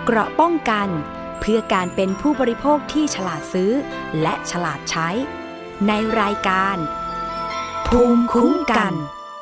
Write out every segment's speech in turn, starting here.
เกราะป้องกันเพื่อการเป็นผู้บริโภคที่ฉลาดซื้อและฉลาดใช้ในรายการภูมิคุ้มกัน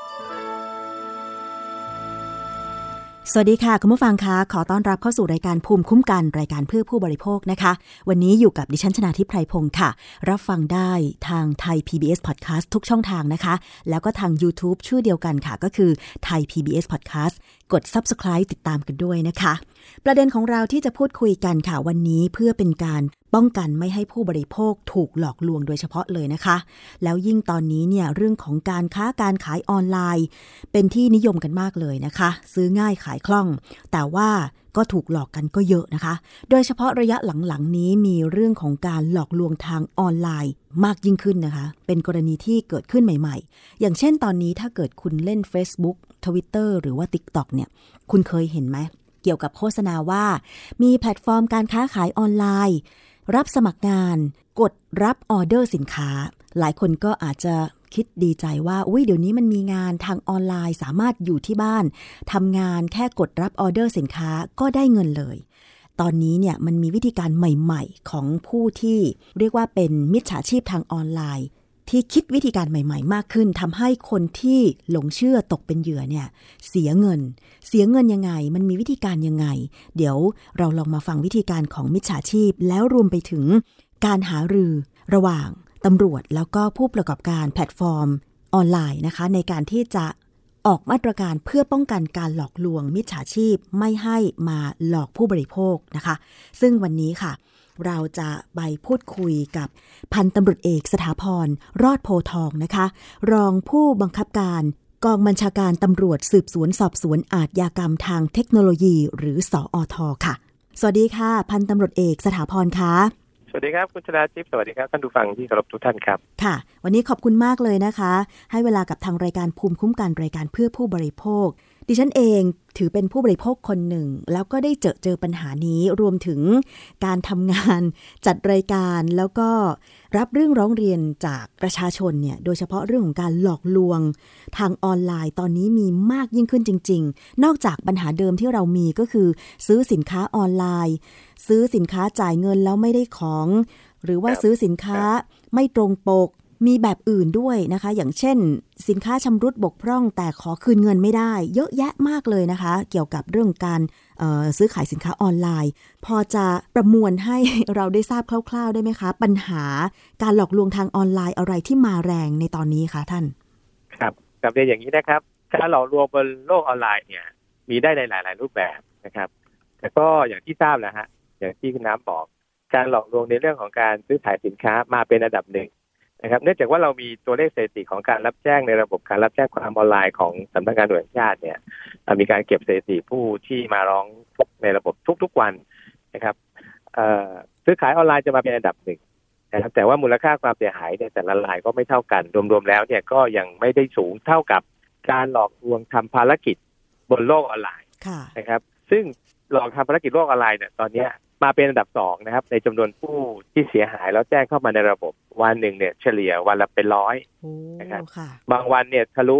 สวัสดีค่ะคุณผู้ฟังคะขอต้อนรับเข้าสู่รายการภูมิคุ้มกันรายการเพื่อผู้บริโภคนะคะวันนี้อยู่กับดิฉันชนาธิป ไพรพงศ์ค่ะรับฟังได้ทางไทย PBS Podcast ทุกช่องทางนะคะแล้วก็ทาง YouTube ชื่อเดียวกันค่ะก็คือไทย PBS Podcast กด Subscribe ติดตามกันด้วยนะคะประเด็นของเราที่จะพูดคุยกันค่ะวันนี้เพื่อเป็นการป้องกันไม่ให้ผู้บริโภคถูกหลอกลวงโดยเฉพาะเลยนะคะแล้วยิ่งตอนนี้เนี่ยเรื่องของการค้าการขายออนไลน์เป็นที่นิยมกันมากเลยนะคะซื้อง่ายขายคล่องแต่ว่าก็ถูกหลอกกันก็เยอะนะคะโดยเฉพาะระยะหลังๆนี้มีเรื่องของการหลอกลวงทางออนไลน์มากยิ่งขึ้นนะคะเป็นกรณีที่เกิดขึ้นใหม่ๆอย่างเช่นตอนนี้ถ้าเกิดคุณเล่น Facebook Twitter หรือว่า TikTok เนี่ยคุณเคยเห็นไหมเกี่ยวกับโฆษณาว่ามีแพลตฟอร์มการค้าขายออนไลน์รับสมัครงานกดรับออเดอร์สินค้าหลายคนก็อาจจะคิดดีใจว่าเดี๋ยวนี้มันมีงานทางออนไลน์สามารถอยู่ที่บ้านทำงานแค่กดรับออเดอร์สินค้าก็ได้เงินเลยตอนนี้เนี่ยมันมีวิธีการใหม่ๆของผู้ที่เรียกว่าเป็นมิจฉาชีพทางออนไลน์ที่คิดวิธีการใหม่ๆมากขึ้นทำให้คนที่หลงเชื่อตกเป็นเหยื่อเนี่ยเสียเงินยังไงมันมีวิธีการยังไงเดี๋ยวเราลองมาฟังวิธีการของมิจฉาชีพแล้วรวมไปถึงการหารือระหว่างตำรวจแล้วก็ผู้ประกอบการแพลตฟอร์มออนไลน์นะคะในการที่จะออกมาตรการเพื่อป้องกันการหลอกลวงมิจฉาชีพไม่ให้มาหลอกผู้บริโภคนะคะซึ่งวันนี้ค่ะเราจะไปพูดคุยกับพันตำรวจเอกสถาพรรอดโพทองนะคะรองผู้บังคับการกองบัญชาการตำรวจสืบสวนสอบสวนอาชญากรรมทางเทคโนโลยีหรือสอท.ค่ะสวัสดีค่ะพันตำรวจเอกสถาพรคะสวัสดีครับคุณชนาทิพย์สวัสดีครับท่านผู้ฟังที่เคารพทุกท่านครับค่ะวันนี้ขอบคุณมากเลยนะคะให้เวลากับทางรายการภูมิคุ้มกันรายการเพื่อผู้บริโภคดิฉันเองถือเป็นผู้บริโภคคนหนึ่งแล้วก็ได้เจอปัญหานี้รวมถึงการทำงานจัดรายการแล้วก็รับเรื่องร้องเรียนจากประชาชนเนี่ยโดยเฉพาะเรื่องของการหลอกลวงทางออนไลน์ตอนนี้มีมากยิ่งขึ้นจริงๆนอกจากปัญหาเดิมที่เรามีก็คือซื้อสินค้าออนไลน์ซื้อสินค้าจ่ายเงินแล้วไม่ได้ของหรือว่าซื้อสินค้าไม่ตรงปกมีแบบอื่นด้วยนะคะอย่างเช่นสินค้าชำรุดบกพร่องแต่ขอคืนเงินไม่ได้เยอะแยะมากเลยนะคะเกี่ยวกับเรื่องการซื้อขายสินค้าออนไลน์พอจะประมวลให้เราได้ทราบคร่าวๆได้ไหมคะปัญหาการหลอกลวงทางออนไลน์อะไรที่มาแรงในตอนนี้คะท่านครับกับเรียนอย่างนี้นะครับการหลอกลวงบนโลกออนไลน์เนี่ยมีได้ในหลายๆรูปแบบนะครับแต่ก็อย่างที่ทราบแล้วฮะอย่างที่คุณน้ำบอกการหลอกลวงในเรื่องของการซื้อขายสินค้ามาเป็นอันดับหนึ่งนะครับเนื่องจากว่าเรามีตัวเลขสถิติของการรับแจ้งในระบบการรับแจ้งความออนไลน์ของสำนักงานตำรวจแห่งชาติเนี่ยมีการเก็บสถิติผู้ที่มาร้องทุกข์ในระบบทุกๆวันนะครับซื้อขายออนไลน์จะมาเป็นอันดับหนึ่งนะครับแต่ว่ามูลค่าความเสียหายเนี่ยแต่ละรายก็ไม่เท่ากันรวมๆแล้วเนี่ยก็ยังไม่ได้สูงเท่ากับการหลอกลวงทำภารกิจบนโลกออนไลน์นะครับซึ่งหลอกทำภารกิจโลกออนไลน์เนี่ยตอนนี้มาเป็นอันดับ2นะครับในจำนวนผู้ที่เสียหายแล้วแจ้งเข้ามาในระบบวันหนึ่งเนี่ยเฉลี่ยวันละเป็น100นะครับบางวันเนี่ยทะลุ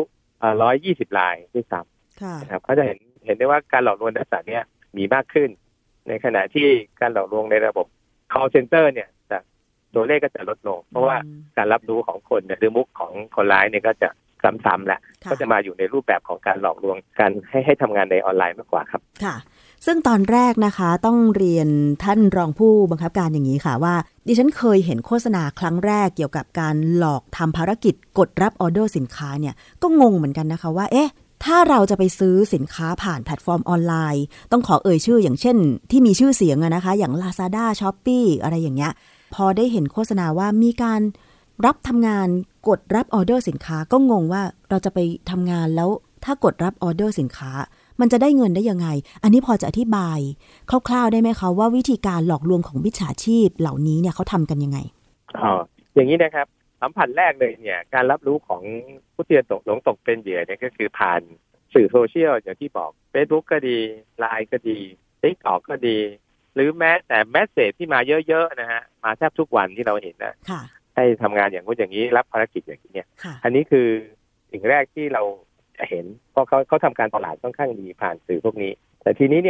120รายด้วยซ้ำนะครับเขาจะเห็นได้ว่าการหลอกลวงลักษณะนี้มีมากขึ้นในขณะที่การหลอกลวงในระบบ call center เนี่ยตัวเลขก็จะลดลงเพราะว่าการรับรู้ของคนหรือมุกของคนร้ายเนี่ยก็จะซ้ำๆแหละก็จะมาอยู่ในรูปแบบของการหลอกลวงการให้ทำงานในออนไลน์มากกว่าครับค่ะซึ่งตอนแรกนะคะต้องเรียนท่านรองผู้บังคับการอย่างนี้ค่ะว่าดิฉันเคยเห็นโฆษณาครั้งแรกเกี่ยวกับการหลอกทำภารกิจกดรับออเดอร์สินค้าเนี่ยก็งงเหมือนกันนะคะว่าถ้าเราจะไปซื้อสินค้าผ่านแพลตฟอร์มออนไลน์ต้องขอเอ่ยชื่ออย่างเช่นที่มีชื่อเสียงนะคะอย่าง Lazada Shopee อะไรอย่างเงี้ยพอได้เห็นโฆษณาว่ามีการรับทำงานกดรับออเดอร์สินค้าก็งงว่าเราจะไปทำงานแล้วถ้ากดรับออเดอร์สินค้ามันจะได้เงินได้ยังไงอันนี้พอจะอธิบายคร่าวๆได้ไหมคะว่าวิธีการหลอกลวงของมิจฉาชีพเหล่านี้เนี่ยเขาทำกันยังไงอย่างนี้นะครับสัมผัสแรกเลยเนี่ยการรับรู้ของผู้ที่หลงตกเป็นเหยื่อเนี่ยก็คือผ่านสื่อโซเชียลอย่างที่บอก Facebook ก็ดี LINE ก็ดี TikTok ก็ดีหรือแม้แต่แมสเสจที่มาเยอะๆนะฮะมาแทบทุกวันที่เราเห็นนะให้ทำงานอย่างนู้นอย่างนี้รับภารกิจอย่างนี้เนี่ยอันนี้คือสิ่งแรกที่เราจะเห็นเพราะเขาทำการตลาดค่อนข้างดีผ่านสื่อพวกนี้แต่ทีนี้เนี่ยพ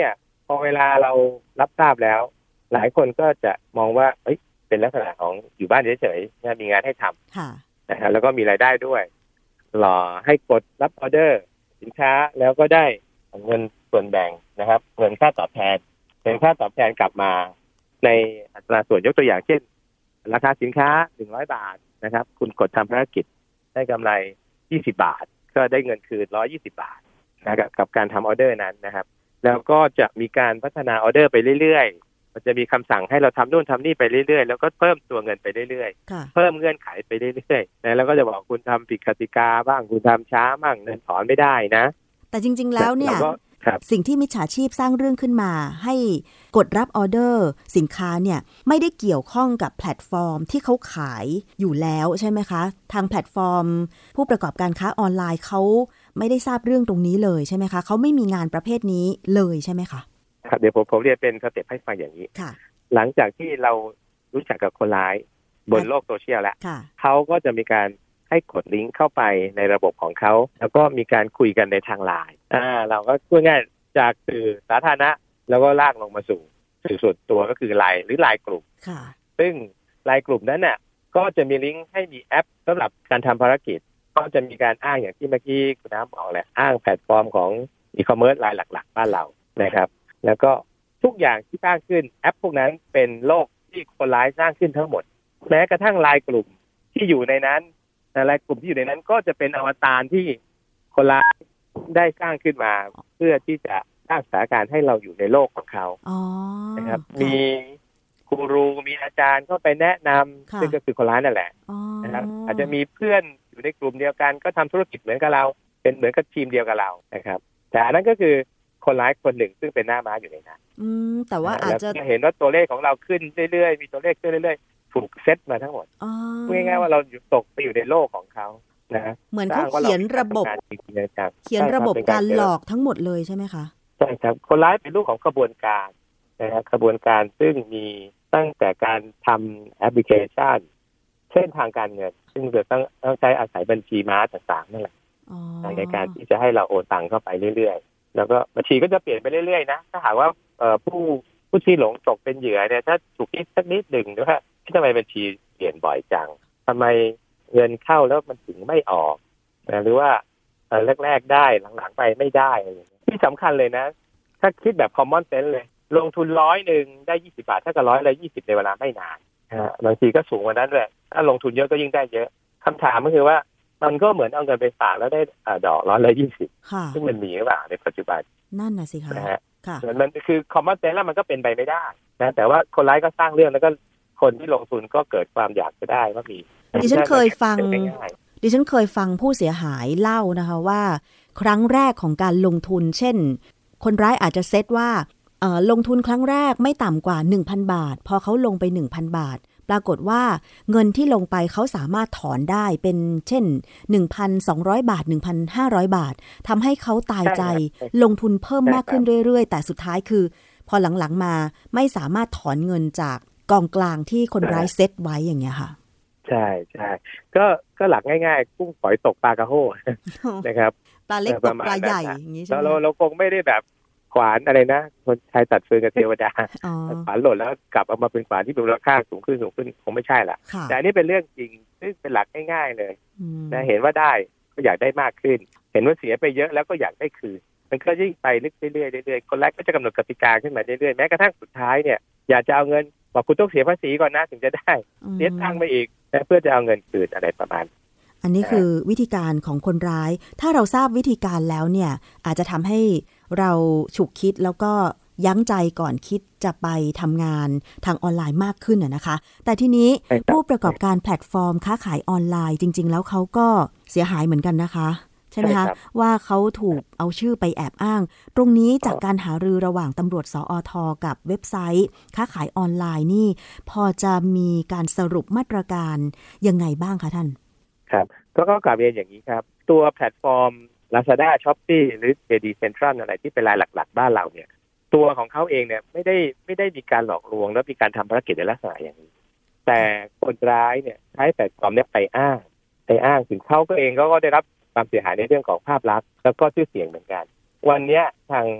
อเวลาเรารับทราบแล้วหลายคนก็จะมองว่าเป็นลักษณะของอยู่บ้านเฉยๆมีงานให้ทำนะฮะแล้วก็มีรายได้ด้วยหล่อให้กดรับออเดอร์สินค้าแล้วก็ได้เงินส่วนแบ่งนะครับเงินค่าตอบแทนเป็นค่าตอบแทนกลับมาในอัตราส่วนยกตัวอย่างเช่นราคาสินค้า100 บาทนะครับคุณกดทำภารกิจได้กำไร20 บาทก็ได้เงินคืน120 บาทนะครับกับการทำออเดอร์นั้นนะครับแล้วก็จะมีการพัฒนาออเดอร์ไปเรื่อยๆมันจะมีคำสั่งให้เราทำนู่นทำนี่ไปเรื่อยๆแล้วก็เพิ่มตัวเงินไปเรื่อยๆเพิ่มเงื่อนไขไปเรื่อยๆแล้วก็จะบอกคุณทำผิดกติกาบ้างคุณทำช้าบ้างเงินถอนไม่ได้นะแต่จริงๆแล้วเนี่ยสิ่งที่มิจฉาชีพสร้างเรื่องขึ้นมาให้กดรับออเดอร์สินค้าเนี่ยไม่ได้เกี่ยวข้องกับแพลตฟอร์มที่เขาขายอยู่แล้วใช่ไหมคะทางแพลตฟอร์มผู้ประกอบการค้าออนไลน์เขาไม่ได้ทราบเรื่องตรงนี้เลยใช่ไหมคะเขาไม่มีงานประเภทนี้เลยใช่ไหมคะครับเดี๋ยวผมเรียนเป็นสเต็ปให้ฟังอย่างนี้หลังจากที่เรารู้จักกับคนร้ายบนโลกโซเชียลแล้วเขาก็จะมีการให้กดลิงก์เข้าไปในระบบของเขาแล้วก็มีการคุยกันในทางไลน์เราก็พูดง่ายจากสื่อสาธารณะแล้วก็ลากลงมาสู่สื่อส่วนตัวก็คือไลน์หรือไลน์กลุ่มซึ่งไลน์กลุ่มนั้นน่ะก็จะมีลิงก์ให้มีแอปสำหรับการทำภารกิจก็จะมีการอ้างอย่างที่เมื่อกี้คุณน้ำบอกแหละอ้างแพลตฟอร์มของอีคอมเมิร์ซรายหลักๆบ้านเรานะครับแล้วก็ทุกอย่างที่สร้างขึ้นแอปพวกนั้นเป็นโลกที่คนร้ายสร้างขึ้นทั้งหมดแม้กระทั่งไลน์กลุ่มที่อยู่ในนั้นไลน์กลุ่มที่อยู่ในนั้นก็จะเป็นอวตารที่คนร้ายได้สร้างขึ้นมาเพื่อที่จะสร้างสถานการณ์ให้เราอยู่ในโลกของเขานะครับมีกูรูมีอาจารย์เข้าไปแนะนำซึ่งก็คือคนร้ายนั่นแหละนะครับอาจจะมีเพื่อนอยู่ในกลุ่มเดียวกันก็ทำธุรกิจเหมือนกับเราเป็นเหมือนกับทีมเดียวกับเรานะครับแต่อันนั้นก็คือคนร้ายคนหนึ่งซึ่งเป็นหน้าม้าอยู่ในนั้นแต่ว่าอาจจะเห็นว่าตัวเลขของเราขึ้นเรื่อยๆมีตัวเลขขึ้นเรื่อยๆถูกเซตมาทั้งหมดพูดง่ายๆว่าเราตกไปอยู่ในโลกของเขานะเหมือนเขาเขียนระบบการหลอกทั้งหมดเลยใช่ไหมคะใช่ครับคนร้ายเป็นลูกของกระบวนการนะครับกระบวนการซึ่งมีตั้งแต่การทำแอปพลิเคชันเช่นทางการเงินซึ่งจะต้องใช้อาศัยบัญชีม้าต่างๆนั่นแหละในการที่จะให้เราโอนตังเข้าไปเรื่อยๆแล้วก็บัญชีก็จะเปลี่ยนไปเรื่อยๆนะถ้าหากว่าผู้ที่หลงตกเป็นเหยื่อเนี่ยถ้าถูกคิดสักนิดหนึ่งว่าทำไมบัญชีเปลี่ยนบ่อยจังทำไมเงินเข้าแล้วมันถึงไม่ออกหรือว่าแรกๆได้หลังๆไปไม่ได้อะไรอย่างเงี้ยที่สำคัญเลยนะถ้าคิดแบบ common sense เลยลงทุน100ได้20 บาทถ้ากับ120ในเวลาไม่นานบางทีก็สูงกว่านั้นด้วยถ้าลงทุนเยอะก็ยิ่งได้เยอะคำถามก็คือว่ามันก็เหมือนเอาเงินไปฝากแล้วได้ดอก120ซึ่งมันมีหรือเปล่าในปัจจุบันนั่นน่ะสิคะนะฮะมันคือ common sense แล้วมันก็เป็นไปไม่ได้นะแต่ว่าคนร้ายก็สร้างเรื่องแล้วก็คนที่ลงทุนก็เกิดความอยากจะได้ว่ามีดิฉันเคยฟังผู้เสียหายเล่านะคะว่าครั้งแรกของการลงทุนเช่นคนร้ายอาจจะเซตว่าลงทุนครั้งแรกไม่ต่ำกว่า 1,000 บาทพอเขาลงไป 1,000 บาทปรากฏว่าเงินที่ลงไปเขาสามารถถอนได้เป็นเช่น 1,200 บาท 1,500 บาททำให้เขาตายใจลงทุนเพิ่มมากขึ้นเรื่อยๆแต่สุดท้ายคือพอหลังๆมาไม่สามารถถอนเงินจากกองกลางที่คนร้ายเซตไว้อย่างเงี้ยค่ะใช่ใช่ก็หลักง่ายๆกุ้งฝอยตกปลากระโห้นะครับปลาเล็กตกปลาใหญ่อย่างนี้ใช่ไหมเราคงไม่ได้แบบขวานอะไรนะคนชายตัดฟืนกับเทวดาขวานหล่นแล้วกลับเอามาเป็นขวานที่มีมูลค่าสูงขึ้นคงไม่ใช่ละแต่อันนี้เป็นเรื่องจริงซึ่งเป็นหลักง่ายๆเลยนะเห็นว่าได้ก็อยากได้มากขึ้นเห็นว่าเสียไปเยอะแล้วก็อยากได้คืนมันก็ยิ่งไปลึกเรื่อยๆคนแรกก็จะกำหนดกติกาขึ้นมาเรื่อยๆแม้กระทั่งสุดท้ายเนี่ยอยากจะเอาเงินบอกคุณต้องเสียภาษีก่อนนะถึงจะได้เสียตังค์ไปอีกเพื่อจะเอาเงินคืนอะไรประมาณอันนี้คือวิธีการของคนร้ายถ้าเราทราบวิธีการแล้วเนี่ยอาจจะทำให้เราฉุกคิดแล้วก็ยั้งใจก่อนคิดจะไปทำงานทางออนไลน์มากขึ้นนะคะแต่ทีนี้ผู้ประกอบการแพลตฟอร์มค้าขายออนไลน์จริงๆแล้วเขาก็เสียหายเหมือนกันนะคะใช่ไหมคะว่าเขาถูกเอาชื่อไปแอบอ้างตรงนี้จากการหารือระหว่างตำรวจสอท.กับเว็บไซต์ค้าขายออนไลน์นี่พอจะมีการสรุปมาตรการยังไงบ้างคะท่านครับก็กลับเรียนอย่างนี้ครับตัวแพลตฟอร์ม Lazada Shopee หรือ JD Central อะไรที่เป็นรายหลักๆบ้านเราเนี่ยตัวของเขาเองเนี่ยไม่ได้มีการหลอกลวงแล้วมีการทำภารกิจในลักษณะอย่างนี้แต่คนร้ายเนี่ยใช้แพลตฟอร์มนี้ไปอ้างถึงเขาก็เองก็ได้รับความเสียหายในเรื่องของภาพลักษณ์แล้วก็ชื่อเสียงเหมือนกันวันนี้ทาง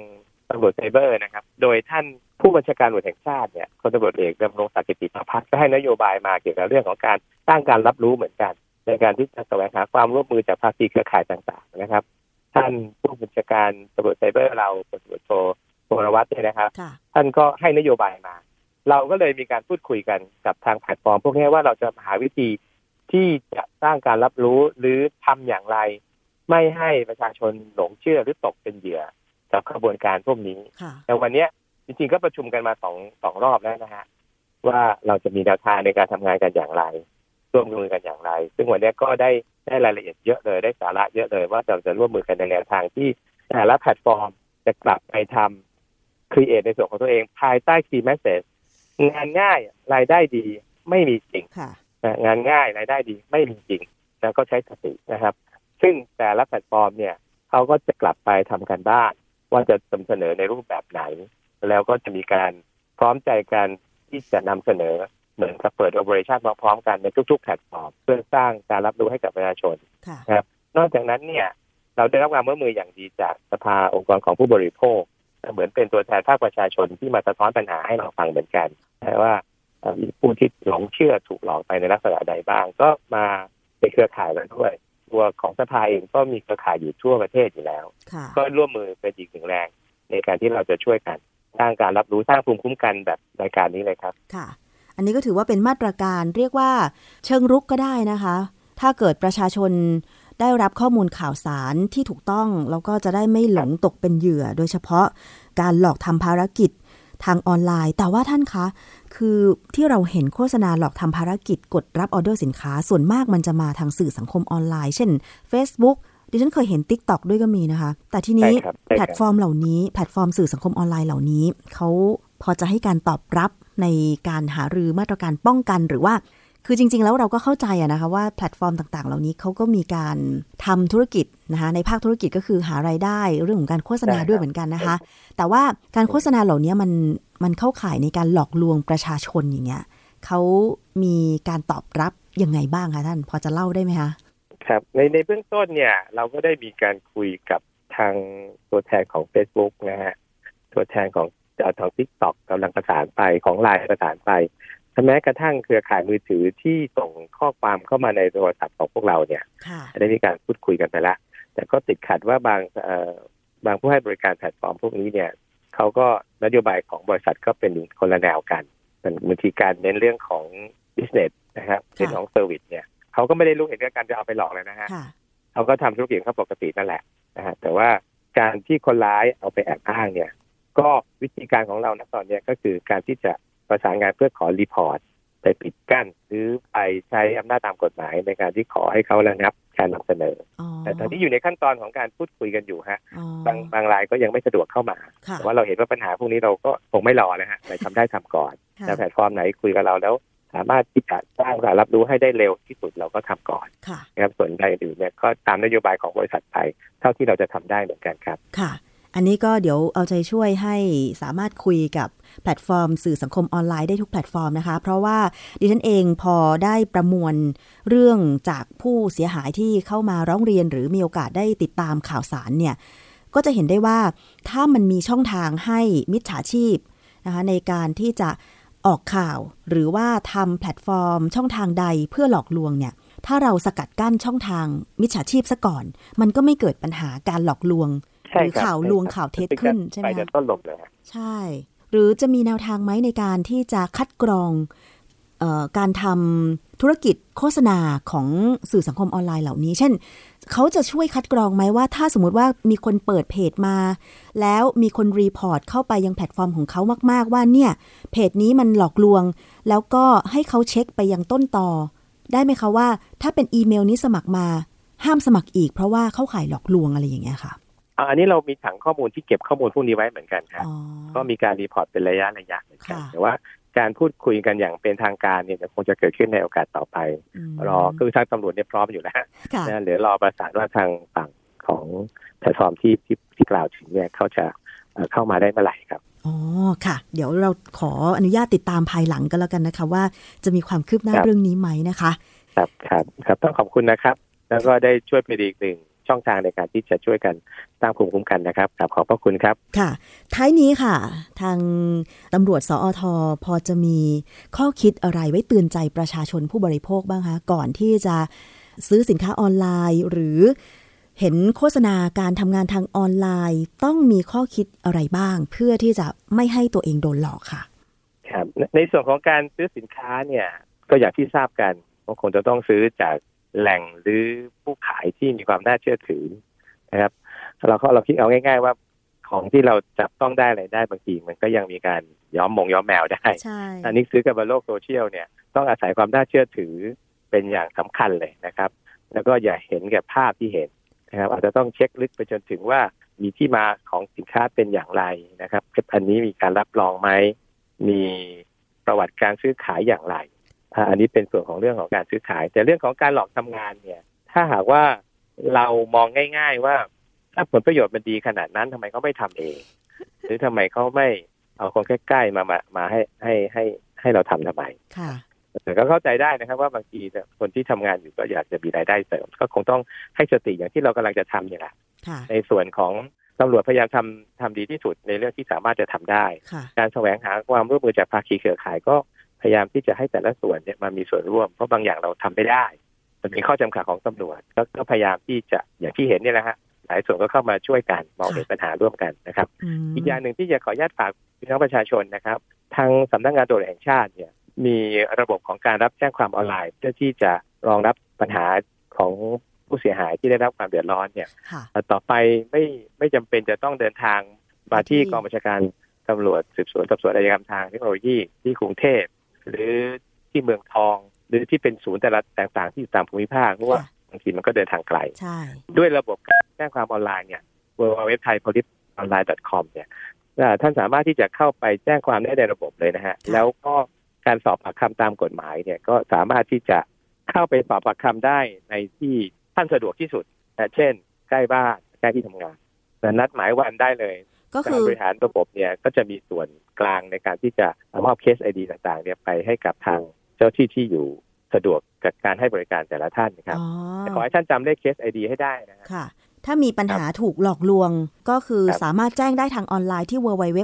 ตำรวจไซเบอร์นะครับโดยท่านผู้บัญชาการตำรวจแห่งชาติเนี่ยพลตำรวจเอกดำรงศักดิ์ กิติประภัสก็ให้นโยบายมาเกี่ยวกับเรื่องของการสร้างการรับรู้เหมือนกันในการที่จะแสวงหาความร่วมมือจากภาคีเครือข่ายต่างๆนะครับท่านผู้บัญชาการตำรวจไซเบอร์เราพลตำรวจโทวรวัฒน์เนี่ยนะครับท่านก็ให้นโยบายมาเราก็เลยมีการพูดคุยกันกับทางแพลตฟอร์มพวกนี้ว่าเราจะหาวิธีที่จะสร้างการรับรู้หรือทำอย่างไรไม่ให้ประชาชนหลงเชื่อหรือตกเป็นเหยื่อกับกระบวนการพวกนี้แต่วันนี้จริงๆก็ประชุมกันมาสองรอบแล้วนะฮะว่าเราจะมีแนวทางในการทำงานกันอย่างไรร่วมมือกันอย่างไรซึ่งวันนี้ก็ได้รายละเอียดเยอะเลยได้สาระเยอะเลยว่าเราจะร่วมมือกันในแนวทางที่แต่ละแพลตฟอร์มจะกลับไปทำ create ในส่วนของตัวเองภายใต้ key message งานง่ายรายได้ดีไม่มีจริงงานง่ายรายได้ดีไม่มีจริงแล้วก็ใช้สตินะครับซึ่งแต่ละแพลตฟอร์มเนี่ยเขาก็จะกลับไปทำกันบ้านว่าจะนำเสนอในรูปแบบไหนแล้วก็จะมีการพร้อมใจกันที่จะนำเสนอเหมือนกับเปิด operation พร้อมๆกันในทุกๆแพลตฟอร์มเพื่อสร้างการรับรู้ให้กับประชาชนนะครับนอกจากนั้นเนี่ยเราได้รับความร่วมมืออย่างดีจากสภาองค์กรของผู้บริโภคเหมือนเป็นตัวแทนภาคประชาชนที่มาสะท้อนปัญหาให้เราฟังเหมือนกันว่ามีผู้ที่หลงเชื่อถูกหลอกไปในลักษณะใดบ้างก็มาเป็นเครือข่ายกันด้วยตัวของสภาเองก็มีเครือข่ายอยู่ทั่วประเทศอยู่แล้วก็ร่วมมือเป็นอีกหนึ่งแรงในการที่เราจะช่วยกันสร้างการรับรู้สร้างภูมิคุ้มกันแบบรายการนี้เลยครับค่ะอันนี้ก็ถือว่าเป็นมาตรการเรียกว่าเชิงรุกก็ได้นะคะถ้าเกิดประชาชนได้รับข้อมูลข่าวสารที่ถูกต้องแล้วก็จะได้ไม่หลงตกเป็นเหยื่อโดยเฉพาะการหลอกทำภารกิจทางออนไลน์แต่ว่าท่านคะคือที่เราเห็นโฆษณาหลอกทำภารกิจกดรับออเดอร์สินค้าส่วนมากมันจะมาทางสื่อสังคมออนไลน์เช่น Facebook ดิฉันเคยเห็น TikTok ด้วยก็มีนะคะแต่ทีนี้แพลตฟอร์มเหล่านี้แพลตฟอร์มสื่อสังคมออนไลน์เหล่านี้เขาพอจะให้การตอบรับในการหารือมาตรการป้องกันหรือว่าคือจริงๆแล้วเราก็เข้าใจนะคะว่าแพลตฟอร์มต่างๆเหล่านี้เขาก็มีการทำธุรกิจนะคะในภาคธุรกิจก็คือหารายได้เรื่องของการโฆษณาด้วยเหมือนกันนะคะแต่ว่าการโฆษณาเหล่านี้มันเข้าข่ายในการหลอกลวงประชาชนอย่างเงี้ยเขามีการตอบรับยังไงบ้างคะท่านพอจะเล่าได้ไหมคะครับในเบื้องต้นเนี่ยเราก็ได้มีการคุยกับทางตัวแทนของ Facebook นะฮะตัวแทนของTikTok กำลังประสานไปของ LINE ประสานไปแม้กระทั่งเครือข่ายมือถือที่ส่งข้อความเข้ามาในโทรศัพท์ของพวกเราเนี่ยได้มีการพูดคุยกันไปแล้วแต่ก็ติดขัดว่าบางผู้ให้บริการแพลตฟอร์มพวกนี้เนี่ยเขาก็นโยบายของบริษัทก็เป็นคนละแนวกันบางทีการเน้นเรื่องของ business นะครับเรื่องของ service เนี่ยเขาก็ไม่ได้รู้เห็นกับการจะเอาไปหลอกเลยนะฮะเขาก็ทำธุรกิจเขาปกตินั่นแหละนะฮะแต่ว่าการที่คนร้ายเอาไปแอบอ้างเนี่ยก็วิธีการของเราณตอนนี้ก็คือการที่จะประสานงานเพื่อขอรีพอร์ตไปปิดกั้นหรือไปใช้อำนาจตามกฎหมายในการที่ขอให้เขาระงับการนำเสนอแต่ตอนนี้อยู่ในขั้นตอนของการพูดคุยกันอยู่ฮะบางรายก็ยังไม่สะดวกเข้ามาแต่ว่าเราเห็นว่าปัญหาพวกนี้เราก็คงไม่รอนะฮะเราทำได้ทำก่อนแต่แพลตฟอร์มไหนคุยกับเราแล้วสามารถที่จะสร้างการรับรู้ให้ได้เร็วที่สุดเราก็ทำก่อนนะครับส่วนใดอื่นเนี่ยก็ตามนโยบายของบริษัทไปเท่าที่เราจะทำได้เหมือนกันครับค่ะอันนี้ก็เดี๋ยวเอาใจช่วยให้สามารถคุยกับแพลตฟอร์มสื่อสังคมออนไลน์ได้ทุกแพลตฟอร์มนะคะเพราะว่าดิฉันเองพอได้ประมวลเรื่องจากผู้เสียหายที่เข้ามาร้องเรียนหรือมีโอกาสได้ติดตามข่าวสารเนี่ยก็จะเห็นได้ว่าถ้ามันมีช่องทางให้มิจฉาชีพนะคะในการที่จะออกข่าวหรือว่าทำแพลตฟอร์มช่องทางใดเพื่อหลอกลวงเนี่ยถ้าเราสกัดกั้นช่องทางมิจฉาชีพซะก่อนมันก็ไม่เกิดปัญหาการหลอกลวงหรือข่าวลวงข่าวเท็จขึ้นใช่ไหมคะต้นลมเลยใช่หรือจะมีแนวทางไหมในการที่จะคัดกรองการทำธุรกิจโฆษณาของสื่อสังคมออนไลน์เหล่านี้เช่นเขาจะช่วยคัดกรองไหมว่าถ้าสมมติว่ามีคนเปิดเพจมาแล้วมีคนรีพอร์ตเข้าไปยังแพลตฟอร์มของเขามากๆว่าเนี่ยเพจนี้มันหลอกลวงแล้วก็ให้เขาเช็คไปยังต้นตอได้ไหมคะว่าถ้าเป็นอีเมลนี้สมัครมาห้ามสมัครอีกเพราะว่าเข้าข่ายหลอกลวงอะไรอย่างเงี้ยค่ะอันนี้เรามีถังข้อมูลที่เก็บข้อมูลพวกนี้ไว้เหมือนกันครับก็มีการรีพอร์ตเป็นระยะเหมือนกันแต่ว่าการพูดคุยกันอย่างเป็นทางการเนี่ยคงจะเกิดขึ้นในโอกาสต่อไปรอคือทางตำรวจเนี่ยพร้อมอยู่แล้วนะเดี๋ยวรอประสานว่าทางฝั่งของแพลตฟอร์มที่กล่าวถึงเนี่ยเขาจะเข้ามาได้เมื่อไหร่ครับอ๋อค่ะเดี๋ยวเราขออนุญาตติดตามภายหลังก็แล้วกันนะคะว่าจะมีความคืบหน้าเรื่องนี้ไหมนะคะครับต้องขอบคุณนะครับแล้วก็ได้ช่วยเป็นอีกหนึ่งชช่องทางในการที่จะช่วยกันสร้างภูมิคุ้มกันนะครับขอบพระคุณครับค่ะท้ายนี้ค่ะทางตำรวจสอท.พอจะมีข้อคิดอะไรไว้เตือนใจประชาชนผู้บริโภคบ้างคะก่อนที่จะซื้อสินค้าออนไลน์หรือเห็นโฆษณาการทำงานทางออนไลน์ต้องมีข้อคิดอะไรบ้างเพื่อที่จะไม่ให้ตัวเองโดนหลอกค่ะครับในส่วนของการซื้อสินค้าเนี่ยก็อย่างที่ทราบกันว่าคงจะต้องซื้อจากแหล่งหรือผู้ขายที่มีความน่าเชื่อถือนะครับเราคิดเอาง่ายๆว่าของที่เราจับต้องได้อะไรได้บางทีมันก็ยังมีการย้อมแมวได้อันนี้ซื้อกับบนโลกโซเชียลเนี่ยต้องอาศัยความน่าเชื่อถือเป็นอย่างสำคัญเลยนะครับแล้วก็อย่าเห็นแก่ภาพที่เห็นนะครับอาจจะต้องเช็คลึกไปจนถึงว่ามีที่มาของสินค้าเป็นอย่างไรนะครับอันนี้มีการรับรองไหมมีประวัติการซื้อขายอย่างไรอันนี้เป็นส่วนของเรื่องของการซื้อขายแต่เรื่องของการหลอกทำงานเนี่ยถ้าหากว่าเรามองง่ายๆว่าถ้าผลประโยชน์มันดีขนาดนั้นทำไมเขาไม่ทำเองหรือทำไมเขาไม่เอาคนใกล้ๆมาให้เราทำทำไมแต่ก็เข้าใจได้นะครับว่าบางทีคนที่ทำงานอยู่ก็อยากจะมีรายได้เสริมก็คงต้องให้สติอย่างที่เรากำลังจะทำนี่แหละในส่วนของตำรวจพยายามทำดีที่สุดในเรื่องที่สามารถจะทำได้การแสวงหาความร่วมมือจากภาคีเครือข่ายก็พยายามที่จะให้แต่ละส่วนเนี่ยมามีส่วนร่วมเพราะบางอย่างเราทำไม่ได้มันเป็นข้อจำกัดของตำรวจก็พยายามที่จะอย่างที่เห็นเนี่ยแหละฮะหลายส่วนก็เข้ามาช่วยกันมองเห็นปัญหาร่วมกันนะครับอีกอย่างหนึ่งที่จะขออนุญาตฝากพี่น้องประชาชนนะครับทางสำนักงานตำรวจแห่งชาติเนี่ยมีระบบของการรับแจ้งความออนไลน์เพื่อที่จะรองรับปัญหาของผู้เสียหายที่ได้รับความเดือดร้อนเนี่ยต่อไปไม่จำเป็นจะต้องเดินทางมาที่กองบัญชาการตำรวจสืบสวนสอบสวนอาชญากรรมทางเทคโนโลยีที่กรุงเทพหรือที่เมืองทองหรือที่เป็นศูนย์แต่ละต่างๆที่อยู่ตามภูมิภาคเพราะว่าบางทีมันก็เดินทางไกลด้วยระบบการแจ้งความออนไลน์เนี่ย www.thaipoliceonline.com เนี่ยท่านสามารถที่จะเข้าไปแจ้งความได้ในระบบเลยนะฮะแล้วก็การสอบปากคำตามกฎหมายเนี่ยก็สามารถที่จะเข้าไปสอบปากคำได้ในที่ท่านสะดวกที่สุดเช่นใกล้บ้านใกล้ที่ทำงานนัดหมายวันได้เลยการบริหารระบบเนี่ยก็จะมีส่วนกลางในการที่จะมอบเคส ID ต่างๆเนี่ยไปให้กับทางเจ้าที่อยู่สะดวกกับการให้บริการแต่ละท่านนะครับขอให้ท่านจำเลขเคส ID ให้ได้นะครับถ้ามีปัญหาถูกหลอกลวงก็คือสามารถแจ้งได้ทางออนไลน์ที่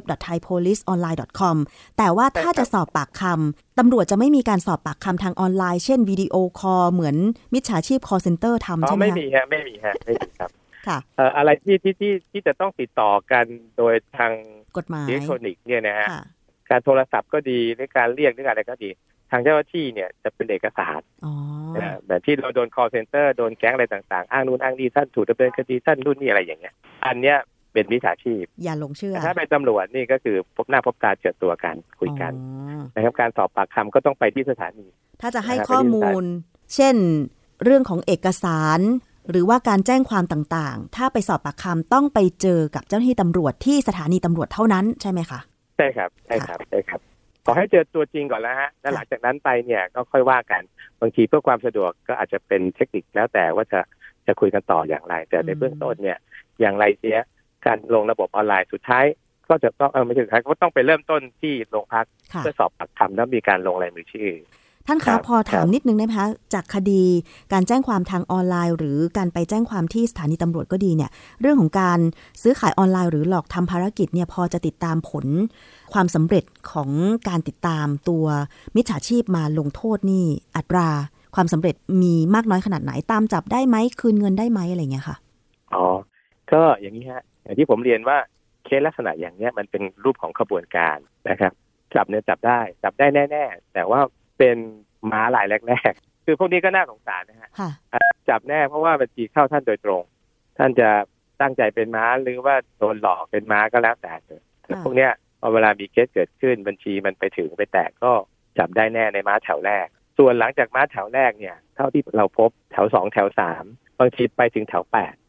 www.thaipoliceonline.com แต่ว่าถ้าจะสอบปากคำตำรวจจะไม่มีการสอบปากคำทางออนไลน์เช่นวิดีโอคอลเหมือนมิจฉาชีพ call center ทำใช่ไหมไม่มีครับอะไรที่จะต้องติดต่อกันโดยทางกฎหมายอิเล็กทรอนิกส์เนี่ยนะฮะการโทรศัพท์ก็ดีหรือการเรียกหรืออะไรก็ดีทางเจ้าหน้าที่เนี่ยจะเป็นเอกสารแบบที่เราโดน call center โดนแก๊งอะไรต่างๆอ้างนู่นอ้างนี่ท่านถูกดำเนินคดีท่านนู่นนี่อะไรอย่างเงี้ยอันเนี้ยเป็นมิจฉาชีพอย่าหลงเชื่อถ้าเป็นตำรวจนี่ก็คือพบหน้าพบตาเจอตัวกันคุยกันนะครับการสอบปากคำก็ต้องไปที่สถานีถ้าจะให้ข้อมูลเช่นเรื่องของเอกสารหรือว่าการแจ้งความต่างๆถ้าไปสอบปากคำต้องไปเจอกับเจ้าหน้าที่ตำรวจที่สถานีตำรวจเท่านั้นใช่ไหมคะใช่ครับขอให้เจอตัวจริงก่อนแล้วฮะแล้วหลังจากนั้นไปเนี่ยก็ค่อยว่ากันบางทีเพื่อความสะดวกก็อาจจะเป็นเทคนิคแล้วแต่ว่าจะคุยกันต่ออย่างไรแต่ในเบื้องต้นเนี่ยอย่างไรเสียการลงระบบออนไลน์สุดท้ายก็จะต้องไม่ใช่สุดท้ายก็ต้องไปเริ่มต้นที่โรงพักเพื่อสอบปากคำแล้วมีการลงลายมือชื่อท่านคะพอถามนิดนึงได้ไหมคะจากคดีการแจ้งความทางออนไลน์หรือการไปแจ้งความที่สถานีตำรวจก็ดีเนี่ยเรื่องของการซื้อขายออนไลน์หรือหลอกทำภารกิจเนี่ยพอจะติดตามผลความสำเร็จของการติดตามตัวมิจฉาชีพมาลงโทษนี่อัตราความสำเร็จมีมากน้อยขนาดไหนตามจับได้ไหมคืนเงินได้ไหมอะไรเงี้ยค่ะก็อย่างนี้ฮะอย่างที่ผมเรียนว่าเคสลักษณะอย่างเนี้ยมันเป็นรูปของขบวนการนะครับจับได้แน่ๆแต่ว่าเป็นม้าลายแรกๆคือพวกนี้ก็น่าสงสารนะฮะจับแน่เพราะว่าบัญชีเข้าท่านโดยตรงท่านจะตั้งใจเป็นม้าหรือว่าโดนหลอกเป็นม้าก็แล้วแต่พวกเนี้ยพอเวลามีเคสเกิดขึ้นบัญชีมันไปถึงไปแตกก็จับได้แน่ในม้าแถวแรกส่วนหลังจากม้าแถวแรกเนี่ยเท่าที่เราพบแถว2แถว3บางทีไปถึงแถว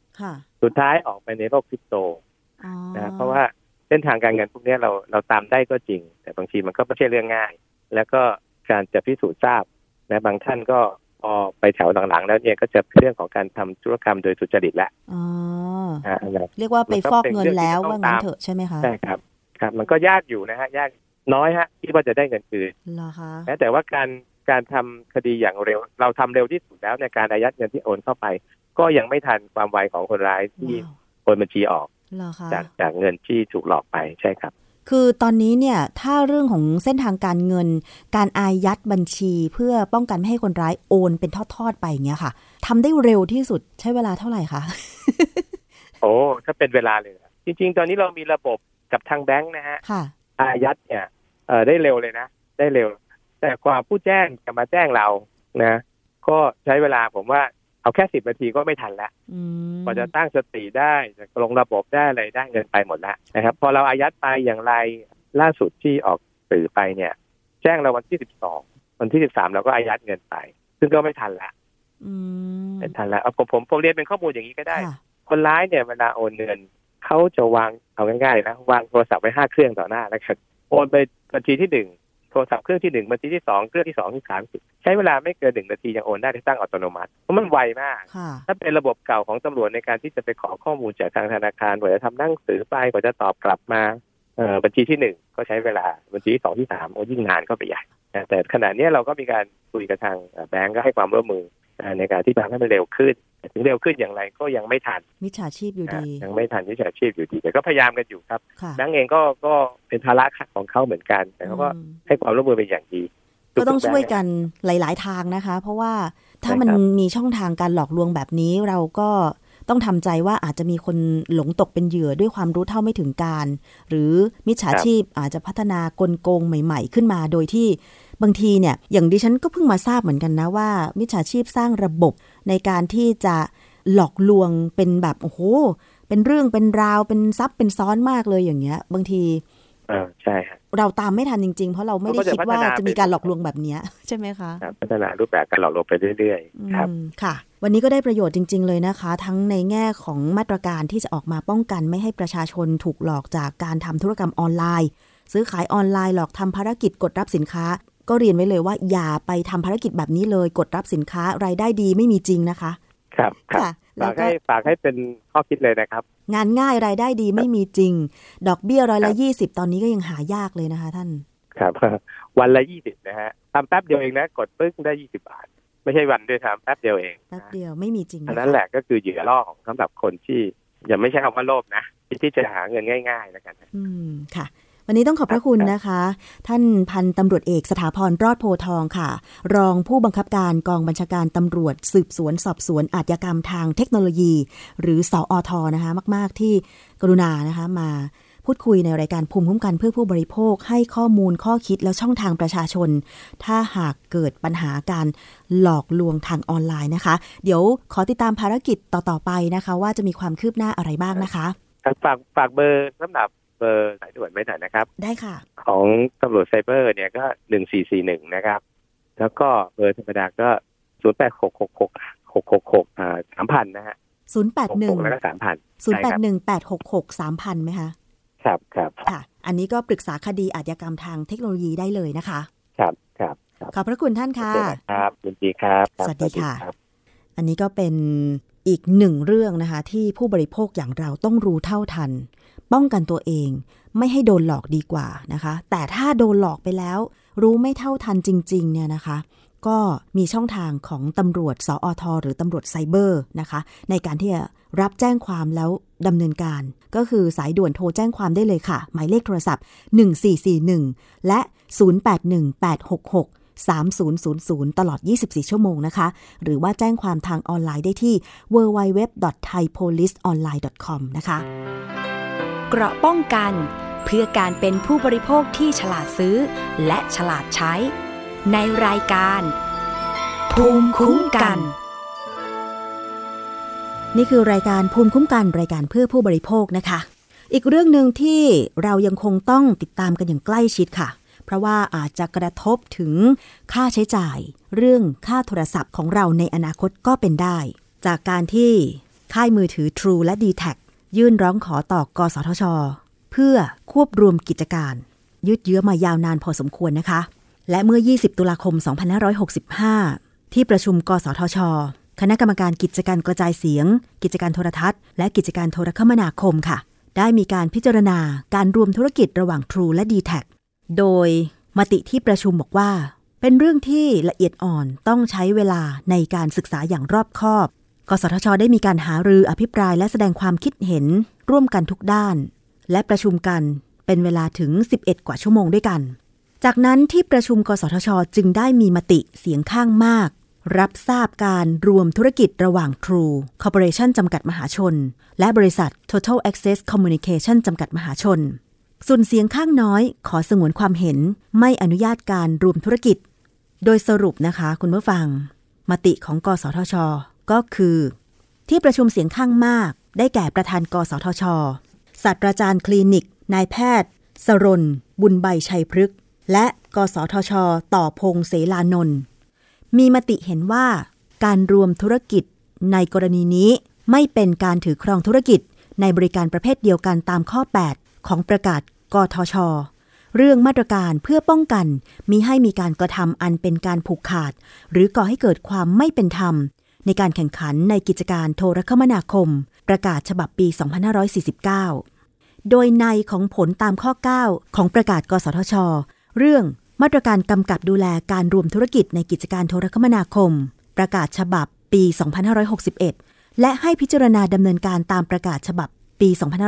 8สุดท้ายออกไปในโลกคริปโตนะเพราะว่าเส้นทางการเงินพวกนี้เราตามได้ก็จริงแต่บางทีมันก็ไม่ใช่เรื่องง่ายแล้วก็การจะพิสูจน์ทราบนะบางท่านก็พอไปแถวหลังๆแล้วเนี่ยก็จะเป็นเรื่องของการทำธุรกรรมโดยสุจริตแล้วเรียกว่าไปฟอกเงินแล้วว่างั้นเถอะใช่ไหมคะใช่ครับมันก็ยากอยู่นะฮะยากน้อยฮะที่ว่าจะได้เงินคืนเหรอคะแต่ว่าการทำคดีอย่างเร็วเราทำเร็วที่สุดแล้วในการอายัดเงินที่โอนเข้าไปก็ยังไม่ทันความไวของคนร้ายที่โอนบัญชีออกจากเงินที่ถูกหลอกไปใช่ครับคือตอนนี้เนี่ยถ้าเรื่องของเส้นทางการเงินการอายัดบัญชีเพื่อป้องกันไม่ให้คนร้ายโอนเป็นทอดๆไปอย่างเงี้ยค่ะทำได้เร็วที่สุดใช้เวลาเท่าไหร่คะโอ้ถ้าเป็นเวลาเลยจริงๆตอนนี้เรามีระบบกับทางแบงค์นะฮะอายัดเนี่ยได้เร็วเลยนะได้เร็วแต่กว่าผู้แจ้งจะมาแจ้งเรานะก็ใช้เวลาผมว่าเอาแค่10 นาทีก็ไม่ทันแล้วพอจะตั้งสติได้จะลงระบบได้อะไรได้เงินไปหมดแล้วนะครับพอเราอายัดไปอย่างไรล่าสุดที่ออกสื่อไปเนี่ยแจ้งเราวันที่12วันที่13เราก็อายัดเงินไปซึ่งก็ไม่ทันแล้วไม่ทันแล้วผมเรียนเป็นข้อมูลอย่างนี้ก็ได้คนร้ายเนี่ยเวลาโอนเงินเขาจะวางเอาง่ายๆนะวางโทรศัพท์ไว้5 เครื่องต่อหน้าแล้วครับโอนไปบัญชีที่1โทรศัพท์เครื่องที่1บัญชีที่2เครื่องที่2ที่3ใช้เวลาไม่เกิน1 นาทียังโอนได้ที่ตั้งอัตโนมัติเพราะมันไวมากถ้าเป็นระบบเก่าของตำรวจในการที่จะไปขอข้อมูลจากทางธนาคารกว่าจะทำหนังสือไปกว่าจะตอบกลับมาบัญชีที่1ก็ใช้เวลาบัญชีที่2ที่3โอ้ยิ่งนานก็ไปใหญ่แต่ขณะนี้เราก็มีการคุยกับทางแบงก์ก็ให้ความร่วมมือในการที่ทำให้มันเร็วขึ้นถึงเร็วขึ้นอย่างไรก็ยังไม่ทันมิจฉาชีพอยู่ดียังไม่ทันมิจฉาชีพอยู่ดีแต่ก็พยายามกันอยู่ครับแบงก์เองก็เป็นภาระของเขาเหมือนกันแต่เขาก็ให้ความร่วมมือเป็นอย่างดีก็ต้องช่วยกันหลายๆทางนะคะเพราะว่าถ้ามันมีช่องทางการหลอกลวงแบบนี้เราก็ต้องทำใจว่าอาจจะมีคนหลงตกเป็นเหยื่อด้วยความรู้เท่าไม่ถึงการหรือมิจฉาชีพอาจจะพัฒนากลโกงใหม่ๆขึ้นมาโดยที่บางทีเนี่ยอย่างดิฉันก็เพิ่งมาทราบเหมือนกันนะว่ามิจฉาชีพสร้างระบบในการที่จะหลอกลวงเป็นแบบโอ้โหเป็นเรื่องเป็นราวเป็นซับเป็นซ้อนมากเลยอย่างเงี้ยบางทีใช่ครับเราตามไม่ทันจริงๆเพราะเราไม่ได้คิดว่าจะมีการหลอกลวงแบบนี้ใช่ไหมคะพัฒนารูปแบบการหลอกลวงไปเรื่อยๆครับค่ะวันนี้ก็ได้ประโยชน์จริงๆเลยนะคะทั้งในแง่ของมาตรการที่จะออกมาป้องกันไม่ให้ประชาชนถูกหลอกจากการทำธุรกรรมออนไลน์ซื้อขายออนไลน์หลอกทำภารกิจกดรับสินค้าก็เรียนไว้เลยว่าอย่าไปทำภารกิจแบบนี้เลยกดรับสินค้ารายได้ดีไม่มีจริงนะคะครับฝากให้เป็นข้อคิดเลยนะครับงานง่ายรายได้ดีไม่มีจริงดอกเบี้ย120%ตอนนี้ก็ยังหายากเลยนะคะท่านครับวันละ20นะฮะทำแป๊บเดียวเองนะกดปึ๊กได้20 บาทไม่ใช่วันด้วยทำแป๊บเดียวเองแป๊บเดียวไม่มีจริงอันนั้นแหละก็คือเหยื่อล่อของสำหรับคนที่ยังไม่ใช่คำว่าโลภนะที่จะหาเงินง่ายๆแล้วกันค่ะวันนี้ต้องขอบพระคุณนะคะท่านพันตำรวจเอกสถาพรรอดโพทองค่ะรองผู้บังคับการกองบัญชาการตำรวจสืบสวนสอบสวนอาชญากรรมทางเทคโนโลยีหรือสอท.นะคะมากๆที่กรุณานะคะมาพูดคุยในรายการภูมิคุ้มกันเพื่อผู้บริโภคให้ข้อมูลข้อคิดและช่องทางประชาชนถ้าหากเกิดปัญหาการหลอกลวงทางออนไลน์นะคะเดี๋ยวขอติดตามภารกิจต่อๆไปนะคะว่าจะมีความคืบหน้าอะไรบ้างนะคะฝากเบอร์สำหรับเบอร์สายด่วนไม่หน่อยนะครับได้ค่ะของตำรวจไซเบอร์เนี่ยก็1441นะครับแล้วก็เบอร์ธรรมดาก็086666 3,000นะฮะ 081 แล้วก็ 3,000 081866 3,000ไหมคะครับค่ะอันนี้ก็ปรึกษาคดีอาชญากรรมทางเทคโนโลยีได้เลยนะคะครับขอบพระคุณท่านค่ะครับยินดีครับสวัสดีค่ะอันนี้ก็เป็นอีกหนึ่งเรื่องนะคะที่ผู้บริโภคอย่างเราต้องรู้เท่าทันป้องกันตัวเองไม่ให้โดนหลอกดีกว่านะคะแต่ถ้าโดนหลอกไปแล้วรู้ไม่เท่าทันจริงๆเนี่ยนะคะก็มีช่องทางของตำรวจสอท.หรือตำรวจไซเบอร์นะคะในการที่จะรับแจ้งความแล้วดำเนินการก็คือสายด่วนโทรแจ้งความได้เลยค่ะหมายเลขโทรศัพท์1441และ0818663000ตลอด24ชั่วโมงนะคะหรือว่าแจ้งความทางออนไลน์ได้ที่ www.thaipoliceonline.com นะคะเกราะป้องกันเพื่อการเป็นผู้บริโภคที่ฉลาดซื้อและฉลาดใช้ในรายการภูมิคุ้มกันนี่คือรายการภูมิคุ้มกันรายการเพื่อผู้บริโภคนะคะอีกเรื่องนึงที่เรายังคงต้องติดตามกันอย่างใกล้ชิดค่ะเพราะว่าอาจจะกระทบถึงค่าใช้จ่ายเรื่องค่าโทรศัพท์ของเราในอนาคตก็เป็นได้จากการที่ค่ายมือถือ True และ D-Tag ยื่นร้องขอต่อกสทช.เพื่อควบรวมกิจการยืดเยื้อมายาวนานพอสมควรนะคะและเมื่อ20ตุลาคม2565ที่ประชุมกสทช.คณะกรรมการกิจการกระจายเสียงกิจการโทรทัศน์และกิจการโทรคมนาคมค่ะได้มีการพิจารณาการรวมธุรกิจระหว่าง True และ D-Tag โดยมติที่ประชุมบอกว่าเป็นเรื่องที่ละเอียดอ่อนต้องใช้เวลาในการศึกษาอย่างรอบคอบกสทช.ได้มีการหารืออภิปรายและแสดงความคิดเห็นร่วมกันทุกด้านและประชุมกันเป็นเวลาถึง11 กว่าชั่วโมงด้วยกันจากนั้นที่ประชุมกสทช.จึงได้มีมติเสียงข้างมากรับทราบการรวมธุรกิจระหว่าง True Corporation จำกัดมหาชนและบริษัท Total Access Communication จำกัดมหาชนส่วนเสียงข้างน้อยขอสงวนความเห็นไม่อนุญาตการรวมธุรกิจโดยสรุปนะคะคุณผู้ฟังมติของกสทช.ก็คือที่ประชุมเสียงข้างมากได้แก่ประธานกสทช.ศาสตราจารย์คลินิกนายแพทย์สรณบุญใบชัยพฤกษ์และกสทช.ต่อพงษ์เสลานนท์มีมติเห็นว่าการรวมธุรกิจในกรณีนี้ไม่เป็นการถือครองธุรกิจในบริการประเภทเดียวกันตามข้อ 8 ของประกาศกทช.เรื่องมาตรการเพื่อป้องกันมิให้มีการกระทำอันเป็นการผูกขาดหรือก่อให้เกิดความไม่เป็นธรรมในการแข่งขันในกิจการโทรคมนาคมประกาศฉบับปี 2549 โดยในของผลตามข้อ 9 ของประกาศกสทช.เรื่องมาตรการกำกับดูแลการรวมธุรกิจในกิจการโทรคมนาคมประกาศฉบับปี 2561 และให้พิจารณาดำเนินการตามประกาศฉบับปี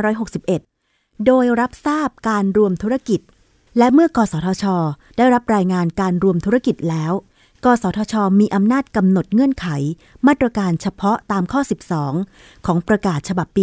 2561 โดยรับทราบการรวมธุรกิจและเมื่อกสทช.ได้รับรายงานการรวมธุรกิจแล้วกสทช.มีอำนาจกำหนดเงื่อนไขมาตรการเฉพาะตามข้อ 12 ของประกาศฉบับปี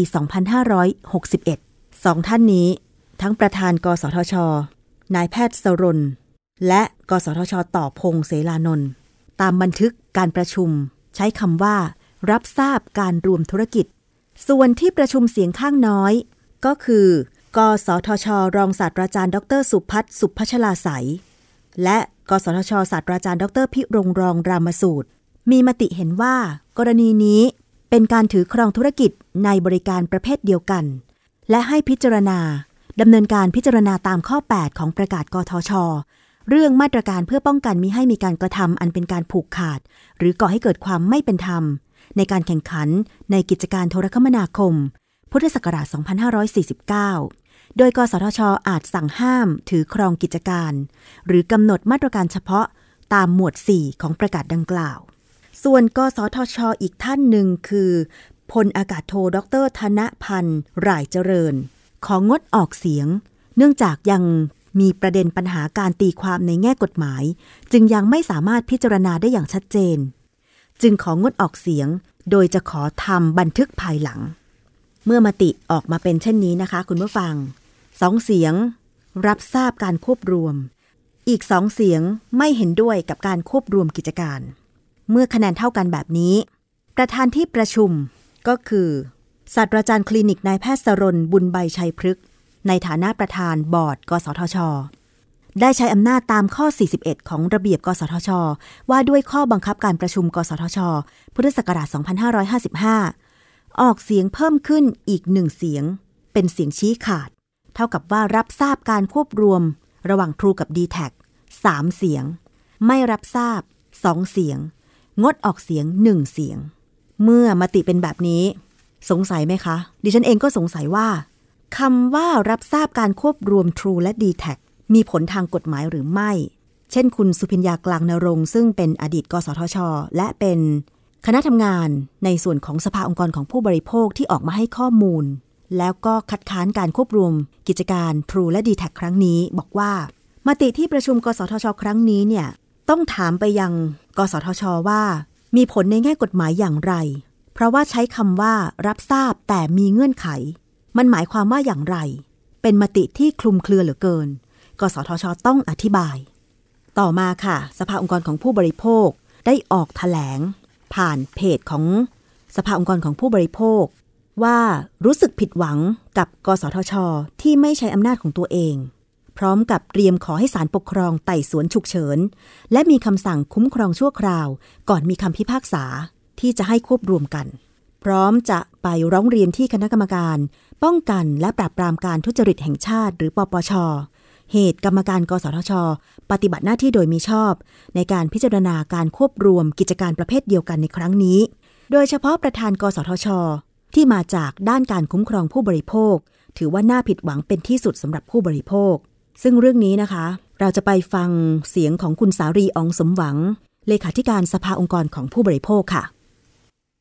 2561 สองท่านนี้ทั้งประธานกสทช.นายแพทย์สรณและกสทช.ต่อพงษ์เสลานนท์ตามบันทึกการประชุมใช้คำว่ารับทราบการรวมธุรกิจส่วนที่ประชุมเสียงข้างน้อยก็คือกสทช.รองศาสตราจารย์ดร.สุพัฒน์สุพัชลาไสยและกสทช.ศาสตราจารย์ดร.พิรงรองรามสูตรมีมติเห็นว่ากรณีนี้เป็นการถือครองธุรกิจในบริการประเภทเดียวกันและให้พิจารณาดำเนินการพิจารณาตามข้อ 8 ของประกาศกทช.เรื่องมาตรการเพื่อป้องกันมิให้มีการกระทำอันเป็นการผูกขาดหรือก่อให้เกิดความไม่เป็นธรรมในการแข่งขันในกิจการโทรคมนาคมพุทธศักราช 2549 โดยกสทช.อาจสั่งห้ามถือครองกิจการหรือกำหนดมาตรการเฉพาะตามหมวด 4 ของประกาศดังกล่าวส่วนกสทช.อีกท่านหนึ่งคือพลอากาศโทดร.ธนพันธ์หร่ายเจริญของงดออกเสียงเนื่องจากยังมีประเด็นปัญหาการตีความในแง่กฎหมายจึงยังไม่สามารถพิจารณาได้อย่างชัดเจนจึงของดออกเสียงโดยจะขอทำบันทึกภายหลังเมื่อมติออกมาเป็นเช่นนี้นะคะคุณผู้ฟัง2 เสียงรับทราบการควบรวมอีก2 เสียงไม่เห็นด้วยกับการควบรวมกิจการเมื่อคะแนนเท่ากันแบบนี้ประธานที่ประชุมก็คือศาสตราจารย์คลินิกนายแพทย์สรณบุญใบชัยพฤกษ์ในฐานะประธานบอร์ดกสทช.ได้ใช้อำนาจตามข้อ 41 ของระเบียบกสทช.ว่าด้วยข้อบังคับการประชุมกสทช.พุทธศักราช 2555 ออกเสียงเพิ่มขึ้นอีก1 เสียงเป็นเสียงชี้ขาดเท่ากับว่ารับทราบการควบรวมระหว่าง True กับ D-Tag 3 เสียงไม่รับทราบ2 เสียงงดออกเสียง1 เสียงเมื่อมติเป็นแบบนี้สงสัยไหมคะดิฉันเองก็สงสัยว่าคำว่ารับทราบการควบรวม True และ D-Tag มีผลทางกฎหมายหรือไม่เช่นคุณสุพิญญากลางนรงค์ซึ่งเป็นอดีตกสทช.และเป็นคณะทำงานในส่วนของสภาองค์กรของผู้บริโภคที่ออกมาให้ข้อมูลแล้วก็คัดค้านการควบรวมกิจการ True และ D-Tag ครั้งนี้บอกว่ามติที่ประชุมกสทช.ครั้งนี้เนี่ยต้องถามไปยังกสทช.ว่ามีผลในแง่กฎหมายอย่างไรเพราะว่าใช้คำว่ารับทราบแต่มีเงื่อนไขมันหมายความว่าอย่างไรเป็นมติที่คลุมเครือเหลือเกินกสทช.ต้องอธิบายต่อมาค่ะสภาองค์กรของผู้บริโภคได้ออกแถลงผ่านเพจของสภาองค์กรของผู้บริโภคว่ารู้สึกผิดหวังกับกสทช.ที่ไม่ใช้อำนาจของตัวเองพร้อมกับเตรียมขอให้ศาลปกครองไต่สวนฉุกเฉินและมีคำสั่งคุ้มครองชั่วคราวก่อนมีคำพิพากษาที่จะให้ควบรวมกันพร้อมจะไปร้องเรียนที่คณะกรรมการป้องกันและปราบปรามการทุจริตแห่งชาติหรือปปช.เหตุกรรมการกสทช.ปฏิบัติหน้าที่โดยมิชอบในการพิจารณาการควบรวมกิจการประเภทเดียวกันในครั้งนี้โดยเฉพาะประธานกสทช.ที่มาจากด้านการคุ้มครองผู้บริโภคถือว่าน่าผิดหวังเป็นที่สุดสำหรับผู้บริโภคซึ่งเรื่องนี้นะคะเราจะไปฟังเสียงของคุณสารี อองสมหวังเลขาธิการสภาองค์กรของผู้บริโภคค่ะ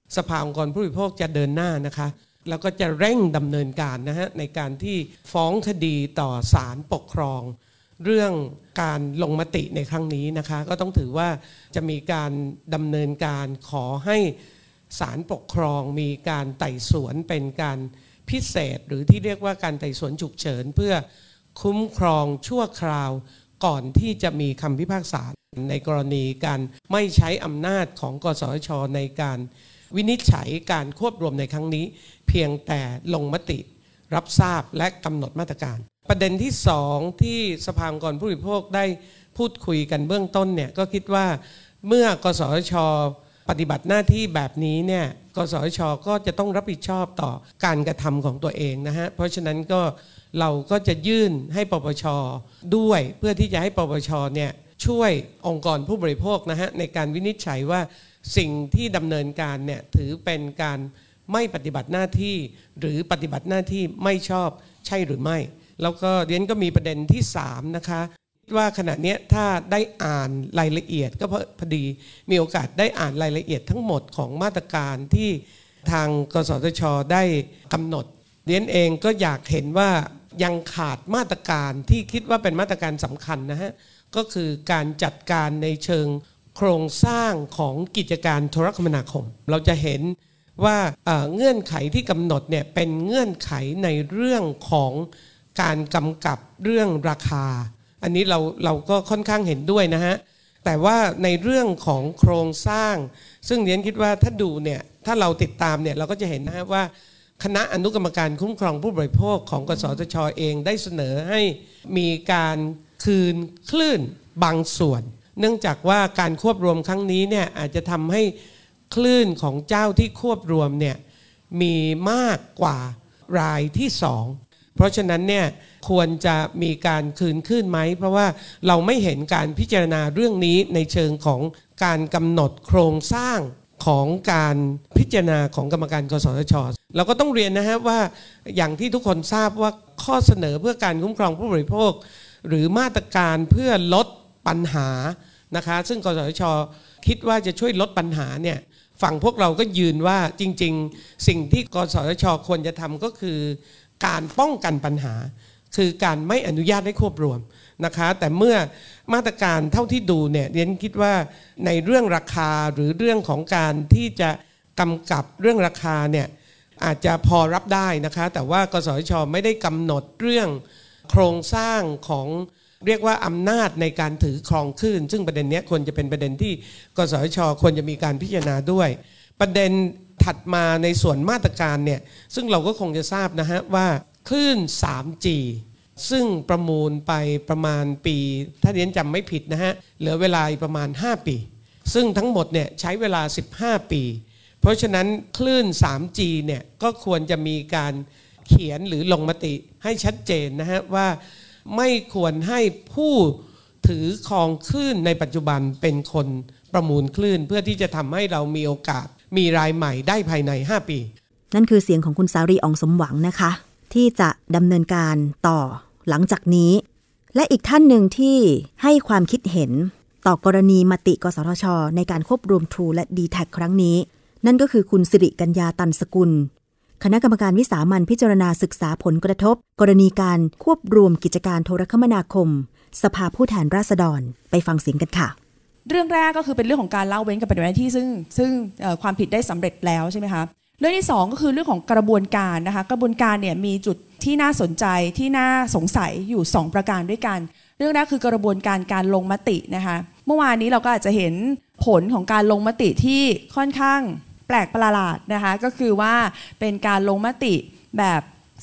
สภาองค์กรผู้บริโภคจะเดินหน้านะคะแล้วก็จะเร่งดำเนินการนะฮะในการที่ฟ้องคดีต่อศาลปกครองเรื่องการลงมติในครั้งนี้นะคะก็ต้องถือว่าจะมีการดำเนินการขอให้ศาลปกครองมีการไต่สวนเป็นการพิเศษหรือที่เรียกว่าการไต่สวนฉุกเฉินเพื่อคุ้มครองชั่วคราวก่อนที่จะมีคำพิพากษาในกรณีการไม่ใช้อำนาจของกสทช.ในการวินิจฉัยการควบรวมในครั้งนี้เพียงแต่ลงมติรับทราบและกำหนดมาตรการประเด็นที่2ที่สภาองค์กรผู้บริโภคได้พูดคุยกันเบื้องต้นเนี่ยก็คิดว่าเมื่อกสทช.ปฏิบัติหน้าที่แบบนี้เนี่ยกสทช.ก็จะต้องรับผิดชอบต่อการกระทำของตัวเองนะฮะเพราะฉะนั้นก็เราก็จะยื่นให้ปปช.ด้วยเพื่อที่จะให้ปปช.เนี่ยช่วยองค์กรผู้บริโภคนะฮะในการวินิจฉัยว่าสิ่งที่ดำเนินการเนี่ยถือเป็นการไม่ปฏิบัติหน้าที่หรือปฏิบัติหน้าที่ไม่ชอบใช่หรือไม่แล้วก็เรียนก็มีประเด็นที่3นะคะว่าขณะนี้ถ้าได้อ่านรายละเอียดก็พอดีมีโอกาสได้อ่านรายละเอียดทั้งหมดของมาตรการที่ทางกสทช.ได้กำหนดเรียนเองก็อยากเห็นว่ายังขาดมาตรการที่คิดว่าเป็นมาตรการสำคัญนะฮะก็คือการจัดการในเชิงโครงสร้างของกิจการโทรคมนาคมเราจะเห็นว่าเงื่อนไขที่กำหนดเนี่ยเป็นเงื่อนไขในเรื่องของการกำกับเรื่องราคาอันนี้เราก็ค่อนข้างเห็นด้วยนะฮะแต่ว่าในเรื่องของโครงสร้างซึ่งเรียนคิดว่าถ้าดูเนี่ยถ้าเราติดตามเนี่ยเราก็จะเห็นนะฮะว่าคณะอนุกรรมการคุ้มครองผู้บริโภคของกสทช.เองได้เสนอให้มีการคืนคลื่นบางส่วนเนื่องจากว่าการควบรวมครั้งนี้เนี่ยอาจจะทำให้คลื่นของเจ้าที่ควบรวมเนี่ยมีมากกว่ารายที่2เพราะฉะนั้นเนี่ยควรจะมีการคืนคลื่นไหมเพราะว่าเราไม่เห็นการพิจารณาเรื่องนี้ในเชิงของการกำหนดโครงสร้างของการพิจารณาของกรรมการกสทช.เราก็ต้องเรียนนะฮะว่าอย่างที่ทุกคนทราบว่าข้อเสนอเพื่อการคุ้มครองผู้บริโภคหรือมาตรการเพื่อลดปัญหานะคะซึ่งกสทช.คิดว่าจะช่วยลดปัญหาเนี่ยฝั่งพวกเราก็ยืนว่าจริงๆสิ่งที่กสทช.ควรจะทำก็คือการป้องกันปัญหาคือการไม่อนุญาตให้ควบรวมนะคะแต่เมื่อมาตรการเท่าที่ดูเนี่ยเรียนคิดว่าในเรื่องราคาหรือเรื่องของการที่จะกำกับเรื่องราคาเนี่ยอาจจะพอรับได้นะคะแต่ว่ากสทช.ไม่ได้กำหนดเรื่องโครงสร้างของเรียกว่าอำนาจในการถือครองคลื่นซึ่งประเด็นนี้ควรจะเป็นประเด็นที่กสทช.ควรจะมีการพิจารณาด้วยประเด็นถัดมาในส่วนมาตรการเนี่ยซึ่งเราก็คงจะทราบนะฮะว่าคลื่น 3G ซึ่งประมูลไปประมาณปีถ้าเรียนจำไม่ผิดนะฮะเหลือเวลาประมาณ5ปีซึ่งทั้งหมดเนี่ยใช้เวลา15ปีเพราะฉะนั้นคลื่น 3G เนี่ยก็ควรจะมีการเขียนหรือลงมติให้ชัดเจนนะฮะว่าไม่ควรให้ผู้ถือครองคลื่นในปัจจุบันเป็นคนประมูลคลื่นเพื่อที่จะทำให้เรามีโอกาสมีรายใหม่ได้ภายใน5ปีนั่นคือเสียงของคุณสารีอองสมหวังนะคะที่จะดำเนินการต่อหลังจากนี้และอีกท่านหนึ่งที่ให้ความคิดเห็นต่อกรณีมติกสทช.ในการควบรวม True และ D-Tag ครั้งนี้นั่นก็คือคุณสิริกัญญาตันสกุลคณะกรรมการวิสามัญพิจารณาศึกษาผลกระทบกรณีการควบรวมกิจการโทรคมนาคมสภาผู้แทนราษฎรไปฟังเสียงกันค่ะเรื่องแรกก็คือเป็นเรื่องของการละเว้นการปฏิบัติหน้าที่ซึ่งความผิดได้สำเร็จแล้วใช่ไหมคะเรื่องที่2ก็คือเรื่องของกระบวนการนะคะกระบวนการเนี่ยมีจุดที่น่าสนใจที่น่าสงสัยอยู่2ประการด้วยกันเรื่องแรกคือกระบวนการลงมตินะคะเมื่อวานนี้เราก็อาจจะเห็นผลของการลงมติที่ค่อนข้างแปลกประหลาดนะคะก็คือว่าเป็นการลงมติแบบ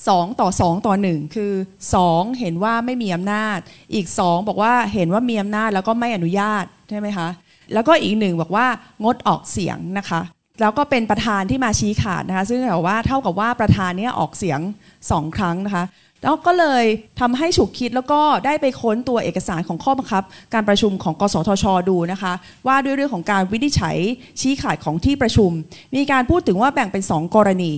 2-2-1คือ2เห็นว่าไม่มีอำนาจอีก2บอกว่าเห็นว่ามีอำนาจแล้วก็ไม่อนุญาตใช่ไหมคะแล้วก็อีก1บอกว่างดออกเสียงนะคะแล้วก็เป็นประธานที่มาชี้ขาดนะคะซึ่งแบบว่าเท่ากับว่าประธานนี้ออกเสียง2ครั้งนะคะแล้วก็เลยทำให้ฉุกคิดแล้วก็ได้ไปค้นตัวเอกสารของข้อบังคับการประชุมของกสทช.ดูนะคะว่าด้วยเรื่องของการวินิจฉัยชี้ขาดของที่ประชุมมีการพูดถึงว่าแบ่งเป็น2กรณี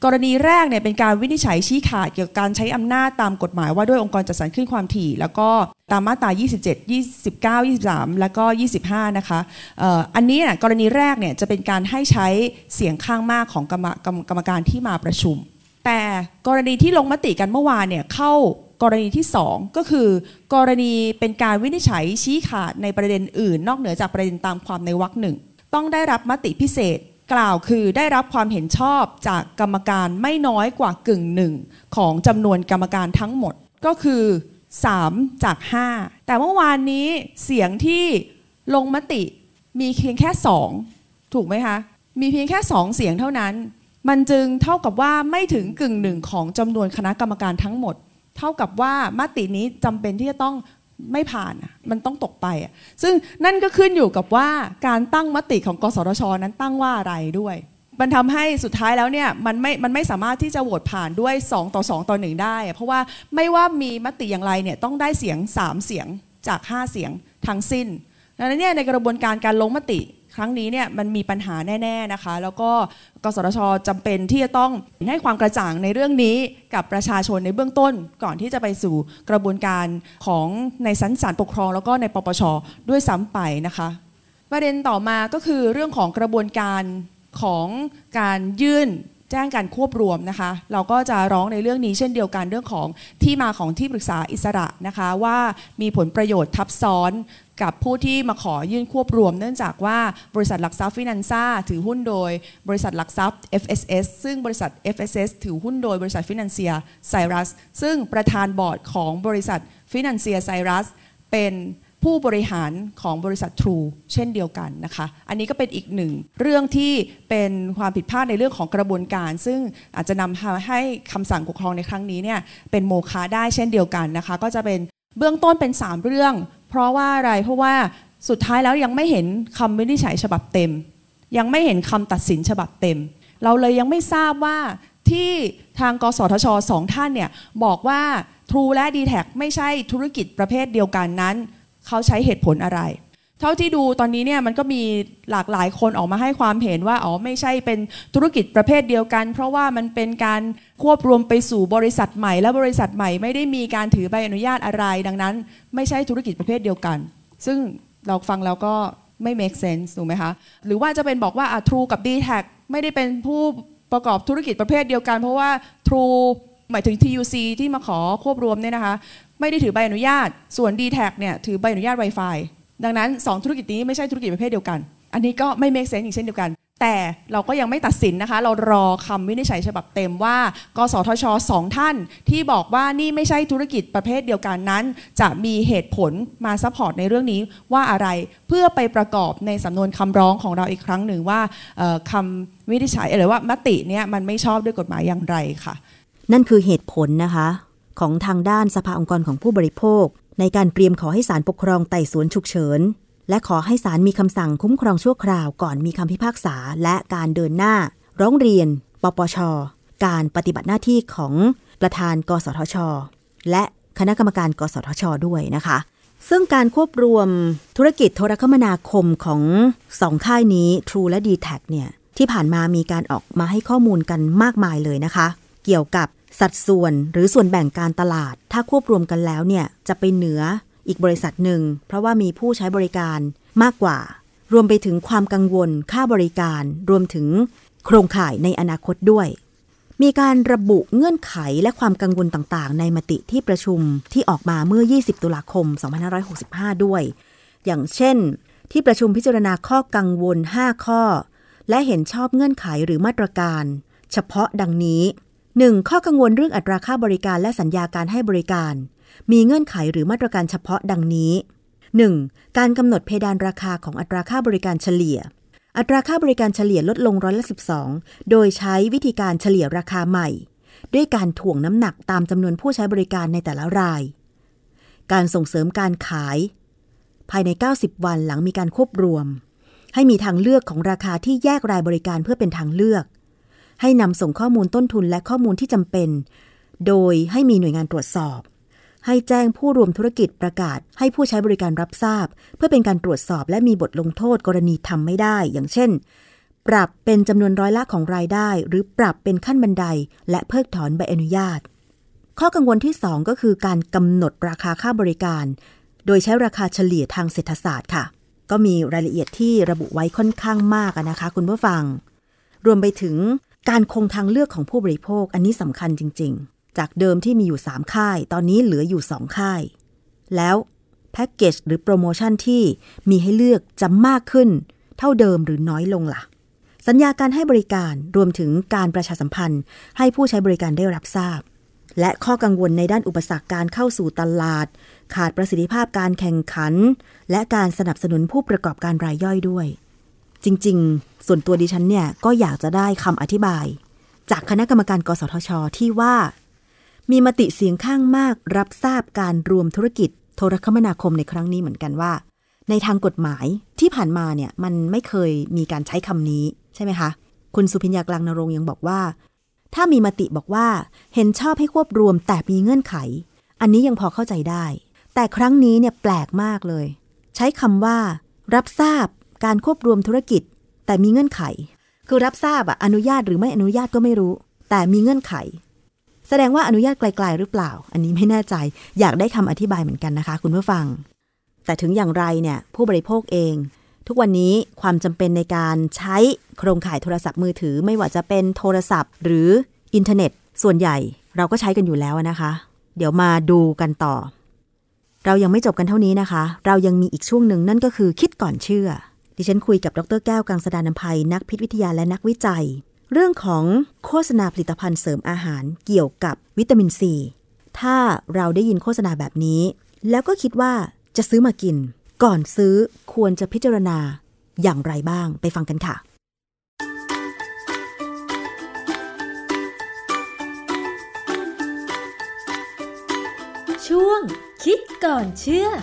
กรณีแรกเนี่ยเป็นการวินิจฉัยชี้ขาดเกี่ยวกับการใช้อำนาจตามกฎหมายว่าด้วยองค์กรจัดสรรคลื่นความถี่แล้วก็ตามมาตรา27 29 23แล้วก็25นะคะอันนี้เนี่ยกรณีแรกเนี่ยจะเป็นการให้ใช้เสียงข้างมากของกรรมการที่มาประชุมแต่กรณีที่ลงมติกันเมื่อวานเนี่ยเข้ากรณีที่2ก็คือกรณีเป็นการวินิจฉัยชี้ขาดในประเด็นอื่นนอกเหนือจากประเด็นตามความในวรรคหนึ่งต้องได้รับมติพิเศษกล่าวคือได้รับความเห็นชอบจากกรรมการไม่น้อยกว่ากึ่งหนึ่งของจำนวนกรรมการทั้งหมดก็คือ3 จาก 5แต่เมื่อวานนี้เสียงที่ลงมติมีเพียงแค่2ถูกไหมคะมีเพียงแค่2เสียงเท่านั้นมันจึงเท่ากับว่าไม่ถึงกึ่งหนึ่งของจำนวนคณะกรรมการทั้งหมดเท่ากับว่ามตินี้จำเป็นที่จะต้องไม่ผ่านมันต้องตกไปซึ่งนั่นก็ขึ้นอยู่กับว่าการตั้งมติของกสทช.นั้นตั้งว่าอะไรด้วยมันทำให้สุดท้ายแล้วเนี่ยมันไม่สามารถที่จะโหวตผ่านด้วย2 ต่อ 2 ต่อ 1ได้เพราะว่าไม่ว่ามีมติอย่างไรเนี่ยต้องได้เสียง3เสียงจาก5เสียงทั้งสิ้นดังนั้นเนี่ยในกระบวนการลงมติครั้งนี้เนี่ยมันมีปัญหาแน่ๆนะคะแล้วก็กสทช.จำเป็นที่จะต้องให้ความกระจ่างในเรื่องนี้กับประชาชนในเบื้องต้นก่อนที่จะไปสู่กระบวนการของในชั้นศาลปกครองแล้วก็ในปปช.ด้วยซ้ำไปนะคะประเด็นต่อมาก็คือเรื่องของกระบวนการของการยื่นแจ้งการควบรวมนะคะเราก็จะร้องในเรื่องนี้เช่นเดียวกันเรื่องของที่มาของที่ปรึกษาอิสระนะคะว่ามีผลประโยชน์ทับซ้อนกับผู้ที่มาขอยื่นควบรวมเนื่องจากว่าบริษัทหลักทรัพย์ฟินันซ่าถือหุ้นโดยบริษัทหลักทรัพย์ FSS ซึ่งบริษัท FSS ถือหุ้นโดยบริษัทฟินันเซียไซรัสซึ่งประธานบอร์ดของบริษัทฟินันเซียไซรัสเป็นผู้บริหารของบริษัท True เช่นเดียวกันนะคะอันนี้ก็เป็นอีกหนึ่งเรื่องที่เป็นความผิดพลาดในเรื่องของกระบวนการซึ่งอาจจะนำให้คำสั่งปกครองในครั้งนี้เนี่ยเป็นโมฆะได้เช่นเดียวกันนะคะก็จะเป็นเบื้องต้นเป็น3เรื่องเพราะว่าอะไรเพราะว่าสุดท้ายแล้วยังไม่เห็นคำวินิจฉัยฉบับเต็มยังไม่เห็นคำตัดสินฉบับเต็มเราเลยยังไม่ทราบว่าที่ทางกสทช2ท่านเนี่ยบอกว่า True และ D-Tag ไม่ใช่ธุรกิจประเภทเดียวกันนั้นเขาใช้เหตุผลอะไรเท่าที่ดูตอนนี้เนี่ยมันก็มีหลากหลายคนออกมาให้ความเห็นว่าไม่ใช่เป็นธุรกิจประเภทเดียวกันเพราะว่ามันเป็นการควบรวมไปสู่บริษัทใหม่และบริษัทใหม่ไม่ได้มีการถือใบอนุญาตอะไรดังนั้นไม่ใช่ธุรกิจประเภทเดียวกันซึ่งเราฟังแล้วก็ไม่ make sense ถูกไหมคะหรือว่าจะเป็นบอกว่าTrue กับ D-Tag ไม่ได้เป็นผู้ประกอบธุรกิจประเภทเดียวกันเพราะว่า True หมายถึง TUC ที่มาขอควบรวมเนี่ยนะคะไม่ได้ถือใบอนุญาตส่วน D-Tag เนี่ยถือใบอนุญาต Wi-Fi ดังนั้น2ธุรกิจนี้ไม่ใช่ธุรกิจประเภทเดียวกันอันนี้ก็ไม่ make sense อีกเช่นเดียวกันแต่เราก็ยังไม่ตัดสินนะคะเรารอคำวินิจฉัยฉบับเต็มว่ากสทช2ท่านที่บอกว่านี่ไม่ใช่ธุรกิจประเภทเดียวกันนั้นจะมีเหตุผลมาซัพพอร์ตในเรื่องนี้ว่าอะไรเพื่อไปประกอบในสำนวนคำร้องของเราอีกครั้งหนึ่งว่าคำวินิจฉัยหรือว่ามติเนี่ยมันไม่ชอบด้วยกฎหมายอย่างไรค่ะนั่นคือเหตุผลนะคะของทางด้านสภาองค์กรของผู้บริโภคในการเตรียมขอให้ศาลปกครองไต่สวนฉุกเฉินและขอให้ศาลมีคำสั่งคุ้มครองชั่วคราวก่อนมีคำพิพากษาและการเดินหน้าร้องเรียนปปช.การปฏิบัติหน้าที่ของประธานกสทช.และคณะกรรมการกสทช.ด้วยนะคะซึ่งการควบรวมธุรกิจโทรคมนาคมของ2ค่ายนี้ True และ D-Tag เนี่ยที่ผ่านมามีการออกมาให้ข้อมูลกันมากมายเลยนะคะเกี่ยวกับสัดส่วนหรือส่วนแบ่งการตลาดถ้าควบรวมกันแล้วเนี่ยจะไปเหนืออีกบริษัทหนึ่งเพราะว่ามีผู้ใช้บริการมากกว่ารวมไปถึงความกังวลค่าบริการรวมถึงโครงข่ายในอนาคตด้วยมีการระบุเงื่อนไขและความกังวลต่างๆในมติที่ประชุมที่ออกมาเมื่อ20ตุลาคม2565ด้วยอย่างเช่นที่ประชุมพิจารณาข้อกังวล5ข้อและเห็นชอบเงื่อนไขหรือมาตรการเฉพาะดังนี้1. ข้อกังวลเรื่องอัตราค่าบริการและสัญญาการให้บริการมีเงื่อนไขหรือมาตรการเฉพาะดังนี้ 1. การกำหนดเพดานราคาของอัตราค่าบริการเฉลี่ยอัตราค่าบริการเฉลี่ยลดลง12%โดยใช้วิธีการเฉลี่ยราคาใหม่ด้วยการถ่วงน้ำหนักตามจำนวนผู้ใช้บริการในแต่ละรายการส่งเสริมการขายภายใน90วันหลังมีการควบรวมให้มีทางเลือกของราคาที่แยกรายบริการเพื่อเป็นทางเลือกให้นำส่งข้อมูลต้นทุนและข้อมูลที่จำเป็นโดยให้มีหน่วยงานตรวจสอบให้แจ้งผู้รวมธุรกิจประกาศให้ผู้ใช้บริการรับทราบเพื่อเป็นการตรวจสอบและมีบทลงโทษกรณีทำไม่ได้อย่างเช่นปรับเป็นจำนวนร้อยละของรายได้หรือปรับเป็นขั้นบันไดและเพิกถอนใบอนุญาตข้อกังวลที่2ก็คือการกำหนดราคาค่าบริการโดยใช้ราคาเฉลี่ยทางเศรษฐศาสตร์ค่ะก็มีรายละเอียดที่ระบุไว้ค่อนข้างมากนะคะคุณผู้ฟังรวมไปถึงการคงทางเลือกของผู้บริโภคอันนี้สำคัญจริงๆจากเดิมที่มีอยู่3ค่ายตอนนี้เหลืออยู่2ค่ายแล้วแพ็กเกจหรือโปรโมชั่นที่มีให้เลือกจะมากขึ้นเท่าเดิมหรือน้อยลงล่ะสัญญาการให้บริการรวมถึงการประชาสัมพันธ์ให้ผู้ใช้บริการได้รับทราบและข้อกังวลในด้านอุปสรรคการเข้าสู่ตลาดขาดประสิทธิภาพการแข่งขันและการสนับสนุนผู้ประกอบการรายย่อยด้วยจริงๆส่วนตัวดิฉันเนี่ยก็อยากจะได้คำอธิบายจากคณะกรรมการกสทช.ที่ว่ามีมติเสียงข้างมากรับทราบการรวมธุรกิจโทรคมนาคมในครั้งนี้เหมือนกันว่าในทางกฎหมายที่ผ่านมาเนี่ยมันไม่เคยมีการใช้คำนี้ใช่ไหมคะคุณสุพิญญากลางนรงค์ยังบอกว่าถ้ามีมติบอกว่าเห็นชอบให้ควบรวมแต่มีเงื่อนไขอันนี้ยังพอเข้าใจได้แต่ครั้งนี้เนี่ยแปลกมากเลยใช้คำว่ารับทราบการควบรวมธุรกิจแต่มีเงื่อนไขคือรับทราบอนุญาตหรือไม่อนุญาตก็ไม่รู้แต่มีเงื่อนไขแสดงว่าอนุญาตไกลๆหรือเปล่าอันนี้ไม่แน่ใจอยากได้คำอธิบายเหมือนกันนะคะคุณผู้ฟังแต่ถึงอย่างไรเนี่ยผู้บริโภคเองทุกวันนี้ความจำเป็นในการใช้โครงข่ายโทรศัพท์มือถือไม่ว่าจะเป็นโทรศัพท์หรืออินเทอร์เน็ตส่วนใหญ่เราก็ใช้กันอยู่แล้วนะคะเดี๋ยวมาดูกันต่อเรายังไม่จบกันเท่านี้นะคะเรายังมีอีกช่วงหนึ่งนั่นก็คือคิดก่อนเชื่อดิฉันคุยกับดร.แก้วกังสดาลอำไพนักพิษวิทยาและนักวิจัยเรื่องของโฆษณาผลิตภัณฑ์เสริมอาหารเกี่ยวกับวิตามินซีถ้าเราได้ยินโฆษณาแบบนี้แล้วก็คิดว่าจะซื้อมากินก่อนซื้อควรจะพิจารณาอย่างไรบ้างไปฟังกันค่ะช่วงคิดก่อนเชื่อ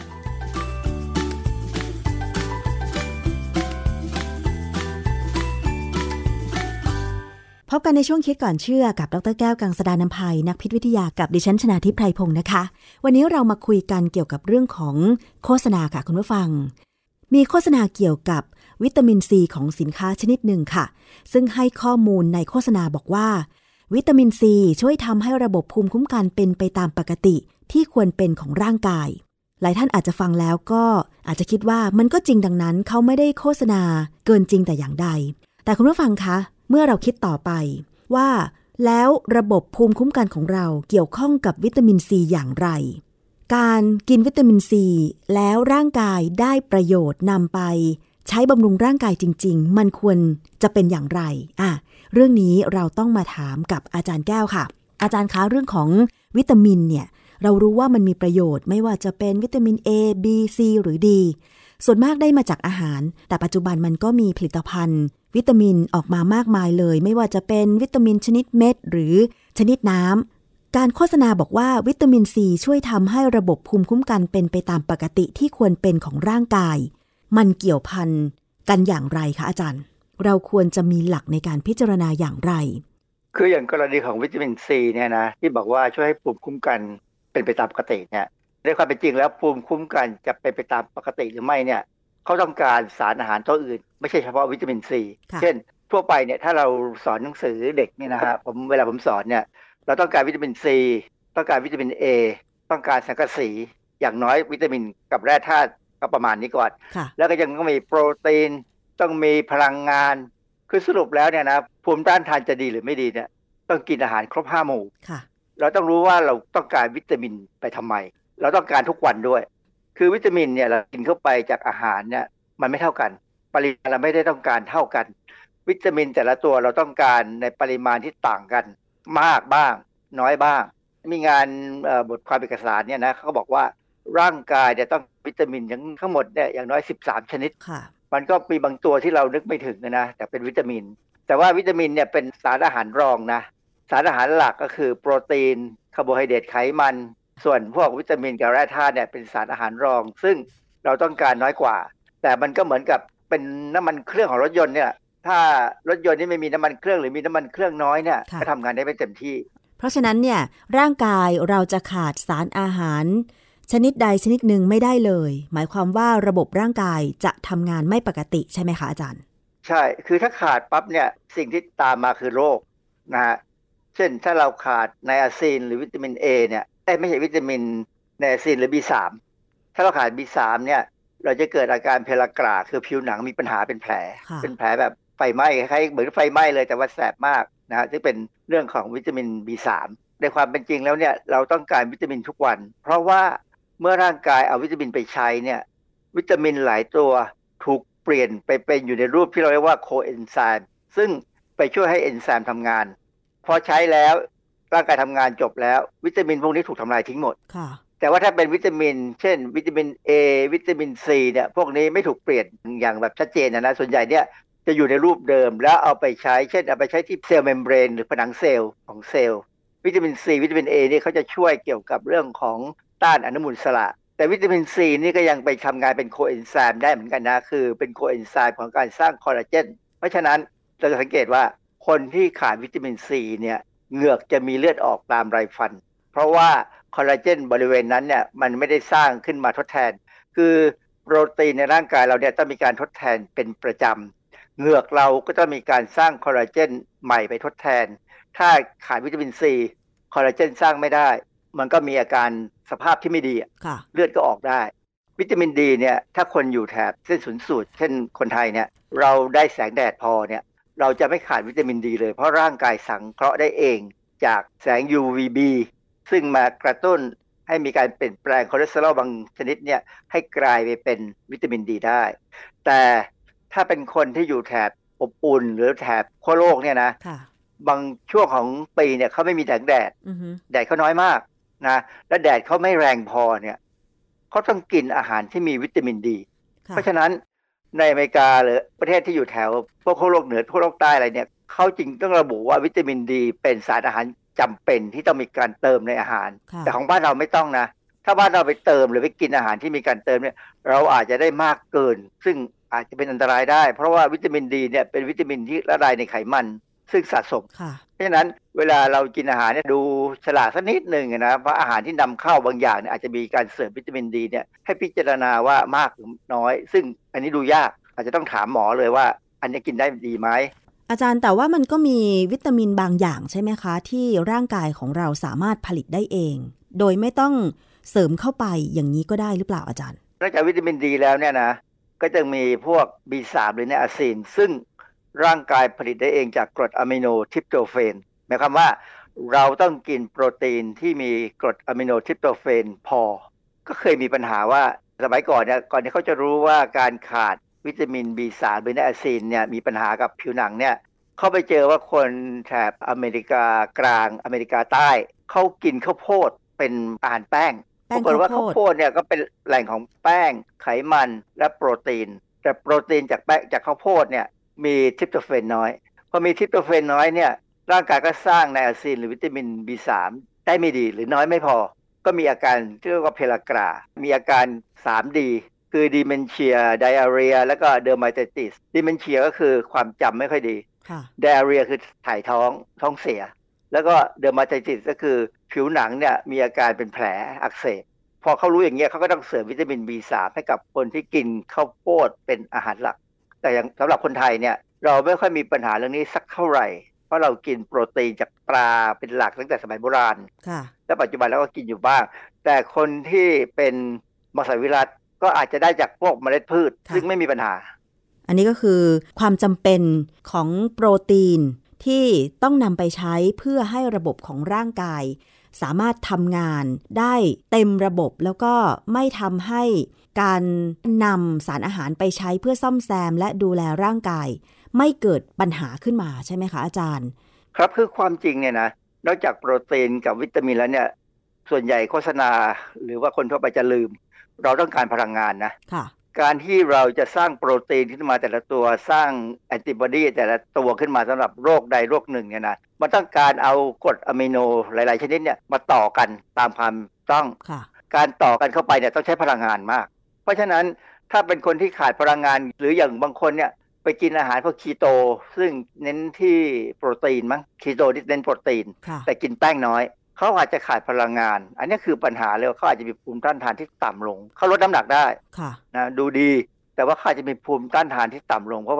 พบกันในช่วงคิดก่อนเชื่อกับดร.แก้วกังสดาลอำไพนักพิษวิทยากับดิฉันชนาธิปไพรพงศ์นะคะวันนี้เรามาคุยกันเกี่ยวกับเรื่องของโฆษณาค่ะคุณผู้ฟังมีโฆษณาเกี่ยวกับวิตามินซีของสินค้าชนิดหนึ่งค่ะซึ่งให้ข้อมูลในโฆษณาบอกว่าวิตามินซีช่วยทำให้ระบบภูมิคุ้มกันเป็นไปตามปกติที่ควรเป็นของร่างกายหลายท่านอาจจะฟังแล้วก็อาจจะคิดว่ามันก็จริงดังนั้นเขาไม่ได้โฆษณาเกินจริงแต่อย่างใดแต่คุณผู้ฟังคะเมื่อเราคิดต่อไปว่าแล้วระบบภูมิคุ้มกันของเราเกี่ยวข้องกับวิตามินซีอย่างไรการกินวิตามินซีแล้วร่างกายได้ประโยชน์นำไปใช้บำรุงร่างกายจริงๆมันควรจะเป็นอย่างไรเรื่องนี้เราต้องมาถามกับอาจารย์แก้วค่ะอาจารย์คะเรื่องของวิตามินเนี่ยเรารู้ว่ามันมีประโยชน์ไม่ว่าจะเป็นวิตามิน A B C หรือ D ส่วนมากได้มาจากอาหารแต่ปัจจุบันมันก็มีผลิตภัณฑ์วิตามินออกมามากมายเลยไม่ว่าจะเป็นวิตามินชนิดเม็ดหรือชนิดน้ำการโฆษณาบอกว่าวิตามินซีช่วยทำให้ระบบภูมิคุ้มกันเป็นไปตามปกติที่ควรเป็นของร่างกายมันเกี่ยวพันกันอย่างไรคะอาจารย์เราควรจะมีหลักในการพิจารณาอย่างไรคืออย่างกรณีของวิตามินซีเนี่ยนะที่บอกว่าช่วยให้ภูมิคุ้มกันเป็นไปตามปกติเนี่ยในความเป็นจริงแล้วภูมิคุ้มกันจะเป็นไปตามปกติหรือไม่เนี่ยเขาต้องการสารอาหารตัวอื่นไม่ใช่เฉพาะวิตามินซีเช่นทั่วไปเนี่ยถ้าเราสอนหนังสือเด็กเนี่ยนะฮะเวลาผมสอนเนี่ยเราต้องการวิตามินซีต้องการวิตามิน A ต้องการสังกะสีอย่างน้อยวิตามินกับแร่ธาตุก็ประมาณนี้ก่อนแล้วก็ยังต้องมีโปรตีนต้องมีพลังงานคือสรุปแล้วเนี่ยนะภูมิต้านทานจะดีหรือไม่ดีเนี่ยต้องกินอาหารครบ5หมู่เราต้องรู้ว่าเราต้องการวิตามินไปทำไมเราต้องการทุกวันด้วยคือวิตามินเนี่ยเรากินเข้าไปจากอาหารเนี่ยมันไม่เท่ากันปริมาณเราไม่ได้ต้องการเท่ากันวิตามินแต่ละตัวเราต้องการในปริมาณที่ต่างกันมากบ้างน้อยบ้างมีงานบทความเอกสารเนี่ยนะเขาบอกว่าร่างกายเนี่ยต้องวิตามินทั้งหมดเนี่ยอย่างน้อย13ชนิดมันก็มีบางตัวที่เรานึกไม่ถึงนะแต่เป็นวิตามินแต่ว่าวิตามินเนี่ยเป็นสารอาหารรองนะสารอาหารหลักก็คือโปรตีนคาร์โบไฮเดรตไขมันส่วนพวกวิตามินกับแร่ธาตุเนี่ยเป็นสารอาหารรองซึ่งเราต้องการน้อยกว่าแต่มันก็เหมือนกับเป็นน้ำมันเครื่องของรถยนต์เนี่ยถ้ารถยนต์นี่ไม่มีน้ำมันเครื่องหรือมีน้ำมันเครื่องน้อยเนี่ยก็ทำงานได้ไม่เต็มที่เพราะฉะนั้นเนี่ยร่างกายเราจะขาดสารอาหารชนิดใดชนิดหนึ่งไม่ได้เลยหมายความว่าระบบร่างกายจะทำงานไม่ปกติใช่ไหมคะอาจารย์ใใช่คือถ้าขาดปั๊บเนี่ยสิ่งที่ตามมาคือโรคนะฮะเช่นถ้าเราขาดไนอาซินหรือวิตามิน A เนี่ยไม่ใช่วิตามินไนอาซินหรือ B3 ถ้าเราขาด B3 เนี่ยเราจะเกิดอาการเพลากราคือผิวหนังมีปัญหาเป็นแผลแบบไฟไหม้คล้ายๆเหมือนไฟไหม้เลยแต่ว่าแสบมากนะฮะที่เป็นเรื่องของวิตามิน B3 ในความเป็นจริงแล้วเนี่ยเราต้องการวิตามินทุกวันเพราะว่าเมื่อร่างกายเอาวิตามินไปใช้เนี่ยวิตามินหลายตัวถูกเปลี่ยนไปเป็นอยู่ในรูปที่เราเรียกว่าโคเอนไซม์ซึ่งไปช่วยให้เอนไซม์ทำงานพอใช้แล้วร่างกายทำงานจบแล้ววิตามินพวกนี้ถูกทำลายทิ้งหมดแต่ว่าถ้าเป็นวิตามินเช่นวิตามิน A วิตามิน C เนี่ยพวกนี้ไม่ถูกเปลี่ยนอย่างแบบชัดเจนนะส่วนใหญ่เนี่ยจะอยู่ในรูปเดิมแล้วเอาไปใช้เช่นเอาไปใช้ที่เซลล์เมมเบรนหรือผนังเซลล์ของเซลล์วิตามิน C วิตามิน A นี่เขาจะช่วยเกี่ยวกับเรื่องของต้านอนุมูลอิสระแต่วิตามิน C นี่ก็ยังไปทำงานเป็นโคเอนไซม์ได้เหมือนกันนะคือเป็นโคเอนไซม์ของการสร้างคอลลาเจนเพราะฉะนั้นเราจะสังเกตว่าคนที่ขาดวิตามิน C เนี่ยเหงือกจะมีเลือดออกตามไรฟันเพราะว่าคอลลาเจนบริเวณนั้นเนี่ยมันไม่ได้สร้างขึ้นมาทดแทนคือโปรตีนในร่างกายเราเนี่ยต้องมีการทดแทนเป็นประจำเหงือกเราก็ต้องมีการสร้างคอลลาเจนใหม่ไปทดแทนถ้าขาดวิตามิน C คอลลาเจนสร้างไม่ได้มันก็มีอาการสภาพที่ไม่ดีเลือดก็ออกได้วิตามินดีเนี่ยถ้าคนอยู่แถบเส้นศูนย์สูตรเช่นคนไทยเนี่ยเราได้แสงแดดพอเนี่ยเราจะไม่ขาดวิตามินดีเลยเพราะร่างกายสังเคราะห์ได้เองจากแสง UVB ซึ่งมากระตุ้นให้มีการเปลี่ยนแปลงคอเลสเตอรอลบางชนิดเนี่ยให้กลายไปเป็นวิตามินดีได้แต่ถ้าเป็นคนที่อยู่แถบอบอุ่นหรือแถบขั้วโลกเนี่ยนะบางช่วงของปีเนี่ยเขาไม่มีแสงแดดแดดเขาน้อยมากนะและแดดเขาไม่แรงพอเนี่ยเขาต้องกินอาหารที่มีวิตามินดีเพราะฉะนั้นในอเมริกาหรือประเทศที่อยู่แถวพวกขั้วโลกเหนือขั้วโลกใต้อะไรเนี่ยเขาจริงต้องระบุว่าวิตามินดีเป็นสารอาหารจำเป็นที่ต้องมีการเติมในอาหารแต่ของบ้านเราไม่ต้องนะถ้าบ้านเราไปเติมหรือไปกินอาหารที่มีการเติมเนี่ยเราอาจจะได้มากเกินซึ่งอาจจะเป็นอันตรายได้เพราะว่าวิตามินดีเนี่ยเป็นวิตามินที่ละลายในไขมันซึ่งสะสมเพราะฉะนั้นเวลาเรากินอาหารเนี่ยดูฉลากสักนิดหนึ่งนะเพราะอาหารที่นำเข้าบางอย่างเนี่ยอาจจะมีการเสริมวิตามินดีเนี่ยให้พิจารณาว่ามากหรือน้อยซึ่งอันนี้ดูยากอาจจะต้องถามหมอเลยว่าอันนี้กินได้ดีไหมอาจารย์แต่ว่ามันก็มีวิตามินบางอย่างใช่ไหมคะที่ร่างกายของเราสามารถผลิตได้เองโดยไม่ต้องเสริมเข้าไปอย่างนี้ก็ได้หรือเปล่าอาจารย์นอกจากวิตามินดีแล้วเนี่ยนะก็จะมีพวก B3 หรือไนอาซินซึ่งร่างกายผลิตได้เองจากกรดอะมิโนทริปโตเฟนหมายความว่าเราต้องกินโปรตีนที่มีกรดอะมิโนทริปโตเฟนพอก็เคยมีปัญหาว่าสมัยก่อนเนี่ยก่อนที่เขาจะรู้ว่าการขาดวิตามิน B3 หรือไนอาซินเนี่ยมีปัญหากับผิวหนังเนี่ยเขาไปเจอว่าคนแถบอเมริกากลางอเมริกาใต้เขากินข้าวโพดเป็นอาหารแป้งปรากฏว่าข้าวโพดเนี่ยก็เป็นแหล่งของแป้งไขมันและโปรตีนแต่โปรตีนจากแป้งจากข้าวโพดเนี่ยมีทริปโตเฟนน้อยพอมีทริปโตเฟนน้อยเนี่ยร่างกายก็สร้างไนอาซินหรือวิตามิน B3 ได้ไม่ดีหรือน้อยไม่พอก็มีอาการเรียกว่าเพลากรามีอาการ 3D คือดิเมนเชียไดอาเรียแล้วก็เดอร์มาไทติสดิเมนเชียก็คือความจำไม่ค่อยดีไดอาเรียคือถ่ายท้องเสียแล้วก็เดอร์มาไทติสก็คือผิวหนังเนี่ยมีอาการเป็นแผลอักเสบพอเขารู้อย่างเงี้ยเขาก็ต้องเสริมวิตามิน B3 ให้กับคนที่กินข้าวโพดเป็นอาหารหลักแต่อย่างสำหรับคนไทยเนี่ยเราไม่ค่อยมีปัญหาเรื่องนี้สักเท่าไหร่เพราะเรากินโปรตีนจากปลาเป็นหลักตั้งแต่สมัยโบราณและปัจจุบันเราก็กินอยู่บ้างแต่คนที่เป็นมังสวิรัติก็อาจจะได้จากพวกเมล็ดพืชซึ่งไม่มีปัญหาอันนี้ก็คือความจำเป็นของโปรตีนที่ต้องนำไปใช้เพื่อให้ระบบของร่างกายสามารถทำงานได้เต็มระบบแล้วก็ไม่ทำให้การนำสารอาหารไปใช้เพื่อซ่อมแซมและดูแลร่างกายไม่เกิดปัญหาขึ้นมาใช่ไหมคะอาจารย์ครับคือความจริงเนี่ยนะนอกจากโปรตีนกับวิตามินแล้วเนี่ยส่วนใหญ่โฆษณาหรือว่าคนทั่วไปจะลืมเราต้องการพลังงานนะการที่เราจะสร้างโปรตีนขึ้นมาแต่ละตัวสร้างแอนติบอดีแต่ละตัวขึ้นมาสำหรับโรคใดโรคหนึ่งเนี่ยนะมันต้องการเอากรดอะมิโนหลายๆชนิดเนี่ยมาต่อกันตามความต้องการต่อกันเข้าไปเนี่ยต้องใช้พลังงานมากเพราะฉะนั้นถ้าเป็นคนที่ขาดพลังงานหรืออย่างบางคนเนี่ยไปกินอาหารพวกคีโตซึ่งเน้นที่โปรตีนมั้งคีโตที่เน้นโปรตีนแต่กินแป้งน้อยเขาอาจจะขาดพลังงานอันนี้คือปัญหาเลยเขาอาจจะมีภูมิต้านทานที่ต่ำลงเขาลดน้ำหนักได้นะดูดีแต่ว่าเขาอาจจะมีภูมิต้านทานที่ต่ำลงเพราะว่า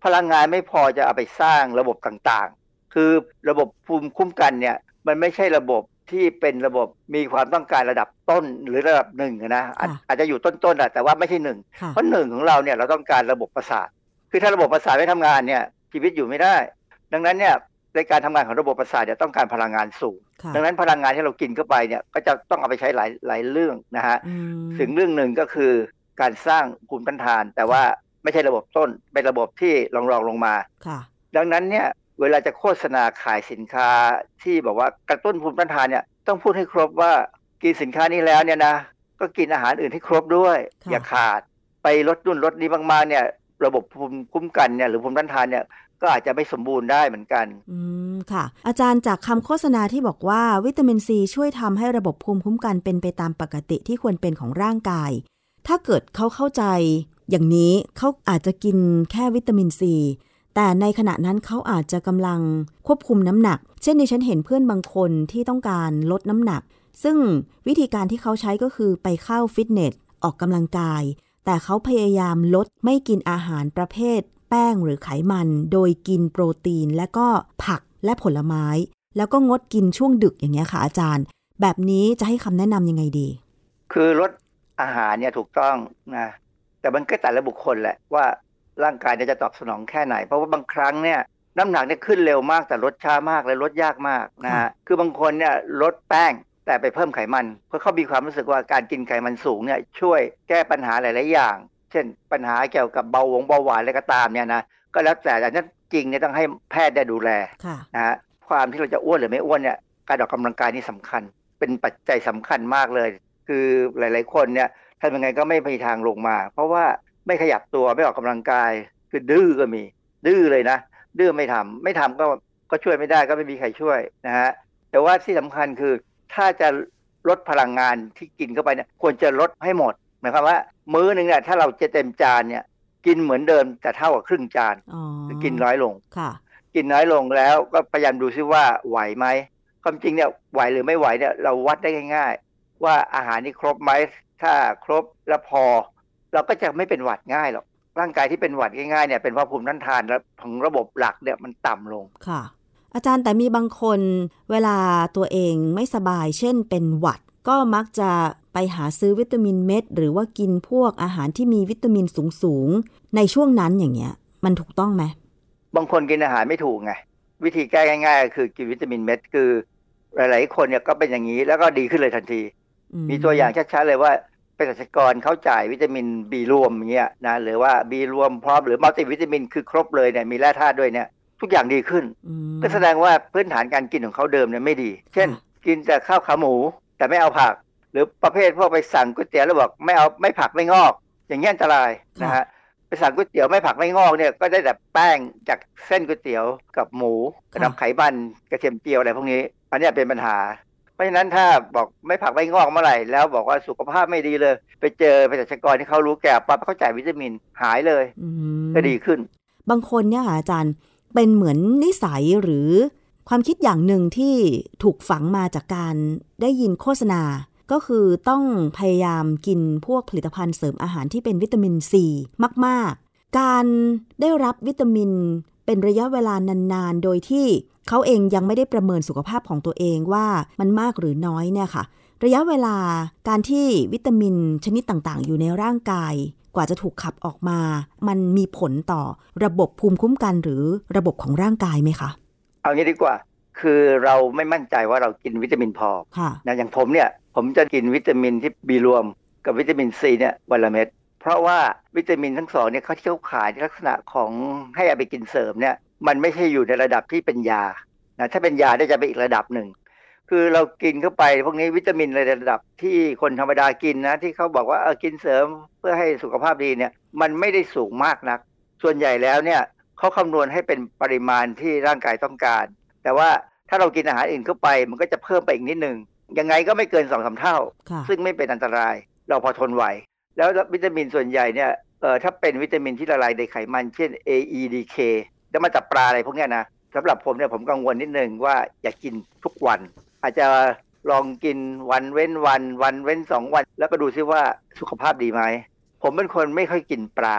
พลังงานไม่พอจะเอาไปสร้างระบบต่างๆคือระบบภูมิคุ้มกันเนี่ยมันไม่ใช่ระบบที่เป็นระบบมีความต้องการระดับต้นหรือระดับ1นะอาจจะอยู่ต้นๆแต่ว่าไม่ใช่1เพราะ1ของเราเนี่ยเราต้องการระบบประสาทคือถ้าระบบประสาทไม่ทำงานเนี่ยชีวิตอยู่ไม่ได้ดังนั้นเนี่ยในการทำงานของระบบประสาทเนี่ยต้องการพลังงานสูงดังนั้นพลังงานที่เรากินเข้าไปเนี่ยก็จะต้องเอาไปใช้หลายเรื่องนะฮะถึงเรื่องหนึ่งก็คือการสร้างภูมิต้านทานแต่ว่าไม่ใช่ระบบต้นเป็นระบบที่รองลงมาดังนั้นเนี่ยเวลาจะโฆษณาขายสินค้าที่บอกว่ากระตุ้นภูมิต้านทานเนี่ยต้องพูดให้ครบว่ากินสินค้านี้แล้วเนี่ยนะก็กินอาหารอื่นให้ครบด้วยอย่าขาดไปลดนู่นลดนี้มากๆเนี่ยระบบภูมิคุ้มกันเนี่ยหรือภูมิต้านทานเนี่ยก็อาจจะไม่สมบูรณ์ได้เหมือนกันค่ะอาจารย์จากคำโฆษณาที่บอกว่าวิตามินซีช่วยทำให้ระบบภูมิคุ้มกันเป็นไปตามปกติที่ควรเป็นของร่างกายถ้าเกิดเขาเข้าใจอย่างนี้เขาอาจจะกินแค่วิตามินซีแต่ในขณะนั้นเขาอาจจะกำลังควบคุมน้ำหนักเช่นในฉันเห็นเพื่อนบางคนที่ต้องการลดน้ำหนักซึ่งวิธีการที่เขาใช้ก็คือไปเข้าฟิตเนสออกกำลังกายแต่เขาพยายามลดไม่กินอาหารประเภทแป้งหรือไขมันโดยกินโปรตีนและก็ผักและผลไม้แล้วก็งดกินช่วงดึกอย่างเงี้ยค่ะอาจารย์แบบนี้จะให้คำแนะนำยังไงดีคือลดอาหารเนี่ยถูกต้องนะแต่มันก็แต่ละบุคคลแหละว่าร่างกายจะตอบสนองแค่ไหนเพราะว่าบางครั้งเนี่ยน้ำหนักเนี่ยขึ้นเร็วมากแต่ลดช้ามากและลดยากมากนะฮะคือบางคนเนี่ยลดแป้งแต่ไปเพิ่มไขมันเพราะเขามีความรู้สึกว่าการกินไขมันสูงเนี่ยช่วยแก้ปัญหาหลายๆอย่างเช่นปัญหาเกี่ยวกับเบาหวานอะไรก็ตามเนี่ยนะก็แล้วแต่นั้นจริงเนี่ยต้องให้แพทย์ได้ดูแลนะฮะความที่เราจะอ้วนหรือไม่อ้วนเนี่ยการออกกำลังกายนี่สำคัญเป็นปัจจัยสำคัญมากเลยคือหลายๆคนเนี่ยทำยังไงก็ไม่มีทางลงมาเพราะว่าไม่ขยับตัวไม่ออกกำลังกายคือดื้อก็มีดื้อเลยนะดื้อไม่ทำก็ช่วยไม่ได้ก็ไม่มีใครช่วยนะฮะแต่ว่าที่สำคัญคือถ้าจะลดพลังงานที่กินเข้าไปเนี่ยควรจะลดให้หมดหมายความว่ามื้อนึงเนี่ยถ้าเราจะเต็มจานเนี่ยกินเหมือนเดิมแต่เท่ากับครึ่งจานคือกินน้อยลงกินน้อยลงแล้วก็พยายามดูซิว่าไหวไหมความจริงเนี่ยไหวหรือไม่ไหวเนี่ยเราวัดได้ง่ายๆว่าอาหารนี่ครบไหมถ้าครบแล้วพอเราก็จะไม่เป็นหวัดง่ายหรอกร่างกายที่เป็นหวัดง่ายๆเนี่ยเป็นเพราะภูมิต้านทานและของระบบหลักเนี่ยมันต่ำลงค่ะอาจารย์แต่มีบางคนเวลาตัวเองไม่สบายเช่นเป็นหวัดก็มักจะไปหาซื้อวิตามินเม็ดหรือว่ากินพวกอาหารที่มีวิตามินสูงๆในช่วงนั้นอย่างเงี้ยมันถูกต้องไหมบางคนกินอาหารไม่ถูกไงวิธีแก้ง่ายๆคือกินวิตามินเม็ดคือหลายๆคนเนี่ยก็เป็นอย่างนี้แล้วก็ดีขึ้นเลยทันทีมีตัวอย่างชัดๆเลยว่าเภสัชกรเขาจ่ายวิตามิน B รวมอย่างเงี้ยนะหรือว่า B รวมพร้อมหรือมัลติวิตามินคือครบเลยเนี่ยมีแร่ธาตุด้วยเนี่ยทุกอย่างดีขึ้นก็แสดงว่าพื้นฐานการกินของเขาเดิมเนี่ยไม่ดีเช่นกินแต่ข้าวขาหมูแต่ไม่เอาผักหรือประเภทพวกไปสั่งก๋วยเตี๋ยวแล้วบอกไม่ผักไม่งอกอย่างเงี้ยอันตรายนะฮะไปสั่งก๋วยเตี๋ยวไม่ผักไม่งอกเนี่ยก็ได้แต่แป้งจากเส้นก๋วยเตี๋ยวกับหมูกับน้ำไขมันกระเทียมเจียวอะไรพวกนี้อันนี้เป็นปัญหาเพราะฉะนั้นถ้าบอกไม่ผักไม่งอกเมื่อไหร่แล้วบอกว่าสุขภาพไม่ดีเลยไปเจอเภสัชกรที่เขารู้แก่ปั๊บเขาจ่ายวิตามินหายเลยก็ดีขึ้นบางคนเนี่ยอาจารย์เป็นเหมือนนิสัยหรือความคิดอย่างหนึ่งที่ถูกฝังมาจากการได้ยินโฆษณาก็คือต้องพยายามกินพวกผลิตภัณฑ์เสริมอาหารที่เป็นวิตามินซีมากๆการได้รับวิตามินเป็นระยะเวลานานๆโดยที่เขาเองยังไม่ได้ประเมินสุขภาพของตัวเองว่ามันมากหรือน้อยเนี่ยค่ะระยะเวลาการที่วิตามินชนิดต่างๆอยู่ในร่างกายกว่าจะถูกขับออกมามันมีผลต่อระบบภูมิคุ้มกันหรือระบบของร่างกายไหมคะเอางี้ดีกว่าคือเราไม่มั่นใจว่าเรากินวิตามินพอนะอย่างผมจะกินวิตามินที่ B รวมกับวิตามิน C เนี่ยวันละเม็ดเพราะว่าวิตามินทั้งสองเนี่ยเขาที่เขาขายในลักษณะของให้เอาไปกินเสริมเนี่ยมันไม่ใช่อยู่ในระดับที่เป็นยานะถ้าเป็นยาได้จะเป็นอีกระดับหนึ่งคือเรากินเข้าไปพวกนี้วิตามินในระดับที่คนธรรมดากินนะที่เขาบอกว่ากินเสริมเพื่อให้สุขภาพดีเนี่ยมันไม่ได้สูงมากนักส่วนใหญ่แล้วเนี่ยเขาคำนวณให้เป็นปริมาณที่ร่างกายต้องการแต่ว่าถ้าเรากินอาหารอื่นเข้าไปมันก็จะเพิ่มไปอีกนิดนึงยังไงก็ไม่เกิน 2-3 เท่าซึ่งไม่เป็นอันตรายเราพอทนไหวแล้ววิตามินส่วนใหญ่เนี่ยถ้าเป็นวิตามินที่ละลายในไขมันเช่น AEDK แล้วมาจากปลาอะไรพวกนี้นะสำหรับผมเนี่ยผมกังวลนิดนึงว่าอย่ากินทุกวันอาจจะลองกินวันเว้นวันเว้น2 วันแล้วก็ดูซิว่าสุขภาพดีไหมผมเป็นคนไม่ค่อยกินปลา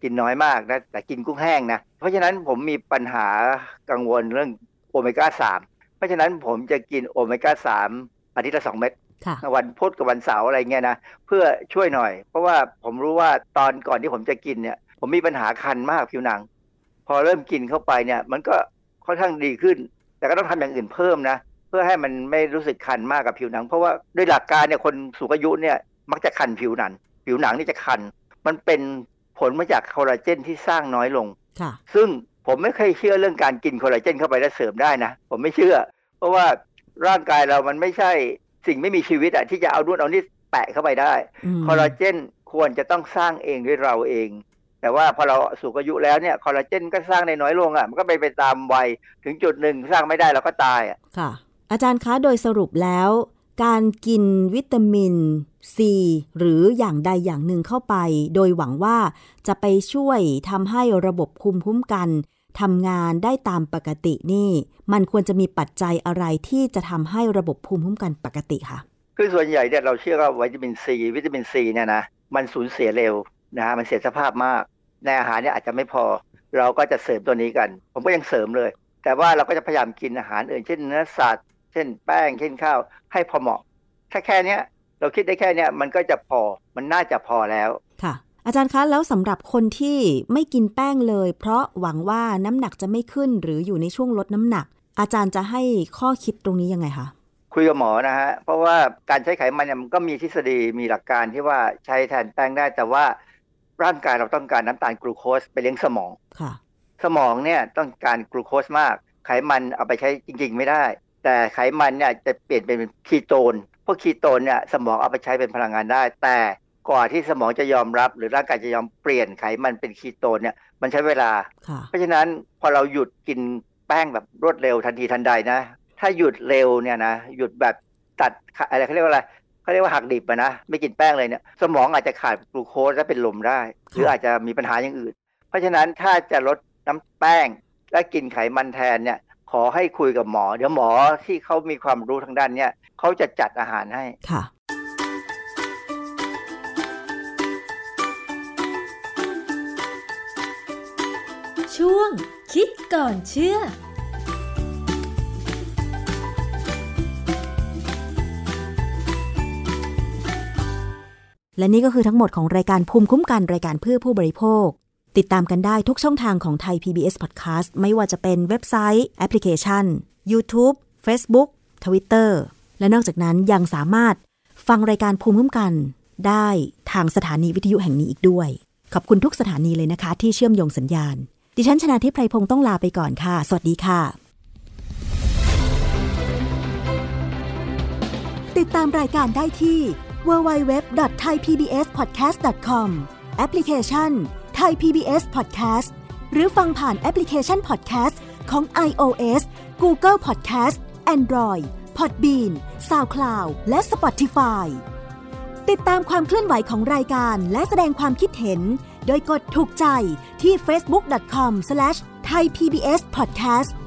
กินน้อยมากนะแต่กินกุ้งแห้งนะเพราะฉะนั้นผมมีปัญหากังวลเรื่องโอเมก้า3เพราะฉะนั้นผมจะกินโอเมก้า3อาทิตย์ละ2 เม็ดวันพุธกับวันเสาร์อะไรเงี้ยนะเพื่อช่วยหน่อยเพราะว่าผมรู้ว่าตอนก่อนที่ผมจะกินเนี่ยผมมีปัญหาคันมากผิวหนังพอเริ่มกินเข้าไปเนี่ยมันก็ค่อนข้างดีขึ้นแต่ก็ต้องทำอย่างอื่นเพิ่มนะเพื่อให้มันไม่รู้สึกคันมากกับผิวหนังเพราะว่าด้วยหลักการเนี่ยคนสูงอายุเนี่ยมักจะคันผิวหนังนี่จะคันมันเป็นผลมาจากคอลลาเจนที่สร้างน้อยลงซึ่งผมไม่เคยเชื่อเรื่องการกินคอลลาเจนเข้าไปแล้วเสริมได้นะผมไม่เชื่อเพราะว่าร่างกายเรามันไม่ใช่สิ่งไม่มีชีวิตที่จะเอานู่นเอานี่แปะเข้าไปได้คอลลาเจนควรจะต้องสร้างเองด้วยเราเองแต่ว่าพอเราสูงอายุแล้วเนี่ยคอลลาเจนก็สร้างได้น้อยลงมันก็ไปตามวัยถึงจุดหนึ่งสร้างไม่ได้เราก็ตายค่ะอาจารย์คะโดยสรุปแล้วการกินวิตามินซีหรืออย่างใดอย่างหนึ่งเข้าไปโดยหวังว่าจะไปช่วยทำให้ระบบภูมิคุ้มกันทำงานได้ตามปกตินี่มันควรจะมีปัจจัยอะไรที่จะทำให้ระบบภูมิคุ้มกันปกติคะคือส่วนใหญ่เนี่ยเราเชื่อว่าวิตามินซีเนี่ยนะมันสูญเสียเร็วนะมันเสียสภาพมากในอาหารเนี่ยอาจจะไม่พอเราก็จะเสริมตัวนี้กันผมก็ยังเสริมเลยแต่ว่าเราก็จะพยายามกินอาหารอื่นเช่นเนื้อสัตว์เช่นแป้งเช่นข้าวให้พอเหมาะแค่นี้เราคิดได้แค่นี้มันก็จะพอมันน่าจะพอแล้วค่ะอาจารย์คะแล้วสำหรับคนที่ไม่กินแป้งเลยเพราะหวังว่าน้ำหนักจะไม่ขึ้นหรืออยู่ในช่วงลดน้ำหนักอาจารย์จะให้ข้อคิดตรงนี้ยังไงคะคุยกับหมอนะฮะเพราะว่าการใช้ไขมันเนี่ยมันก็มีทฤษฎีมีหลักการที่ว่าใช้แทนแป้งได้แต่ว่าร่างกายเราต้องการน้ำตาลกลูโคสไปเลี้ยงสมองค่ะสมองเนี่ยต้องการกลูโคสมากไขมันเอาไปใช้จริงๆไม่ได้แต่ไขมันเนี่ยจะเปลี่ยนเป็นคีโตนพวกคีโตนเนี่ยสมองเอาไปใช้เป็นพลังงานได้แต่ก่อนที่สมองจะยอมรับหรือร่างกายจะยอมเปลี่ยนไขมันเป็นคีโตนเนี่ยมันใช้เวลาเพราะฉะนั้นพอเราหยุดกินแป้งแบบรวดเร็วทันทีทันใดนะถ้าหยุดเร็วเนี่ยนะหยุดแบบตัดอะไรเขาเรียกว่าอะไรเขาเรียกว่าหักดิบนะไม่กินแป้งเลยเนี่ยสมองอาจจะขาดกลูโคสและเป็นลมได้หรืออาจจะมีปัญหาอย่างอื่นเพราะฉะนั้นถ้าจะลดน้ำแป้งและกินไขมันแทนเนี่ยขอให้คุยกับหมอเดี๋ยวหมอที่เขามีความรู้ทางด้านเนี่ยเขาจะจัดอาหารให้ค่ะช่วงคิดก่อนเชื่อและนี่ก็คือทั้งหมดของรายการภูมิคุ้มกันรายการเพื่อผู้บริโภคติดตามกันได้ทุกช่องทางของไทย PBS Podcast ไม่ว่าจะเป็นเว็บไซต์แอปพลิเคชัน YouTube Facebook Twitter และนอกจากนั้นยังสามารถฟังรายการภูมิคุ้มกันได้ทางสถานีวิทยุแห่งนี้อีกด้วยขอบคุณทุกสถานีเลยนะคะที่เชื่อมโยงสัญญาณดิฉันชนาธิป ไพรพงศ์ต้องลาไปก่อนค่ะสวัสดีค่ะติดตามรายการได้ที่ www.thaipbspodcast.com แอปพลิเคชัน Thai PBS Podcast หรือฟังผ่านแอปพลิเคชัน Podcast ของ iOS Google Podcast Android Podbean SoundCloud และ Spotify ติดตามความเคลื่อนไหวของรายการและแสดงความคิดเห็นโดยกดถูกใจที่ facebook.com/thaipbspodcast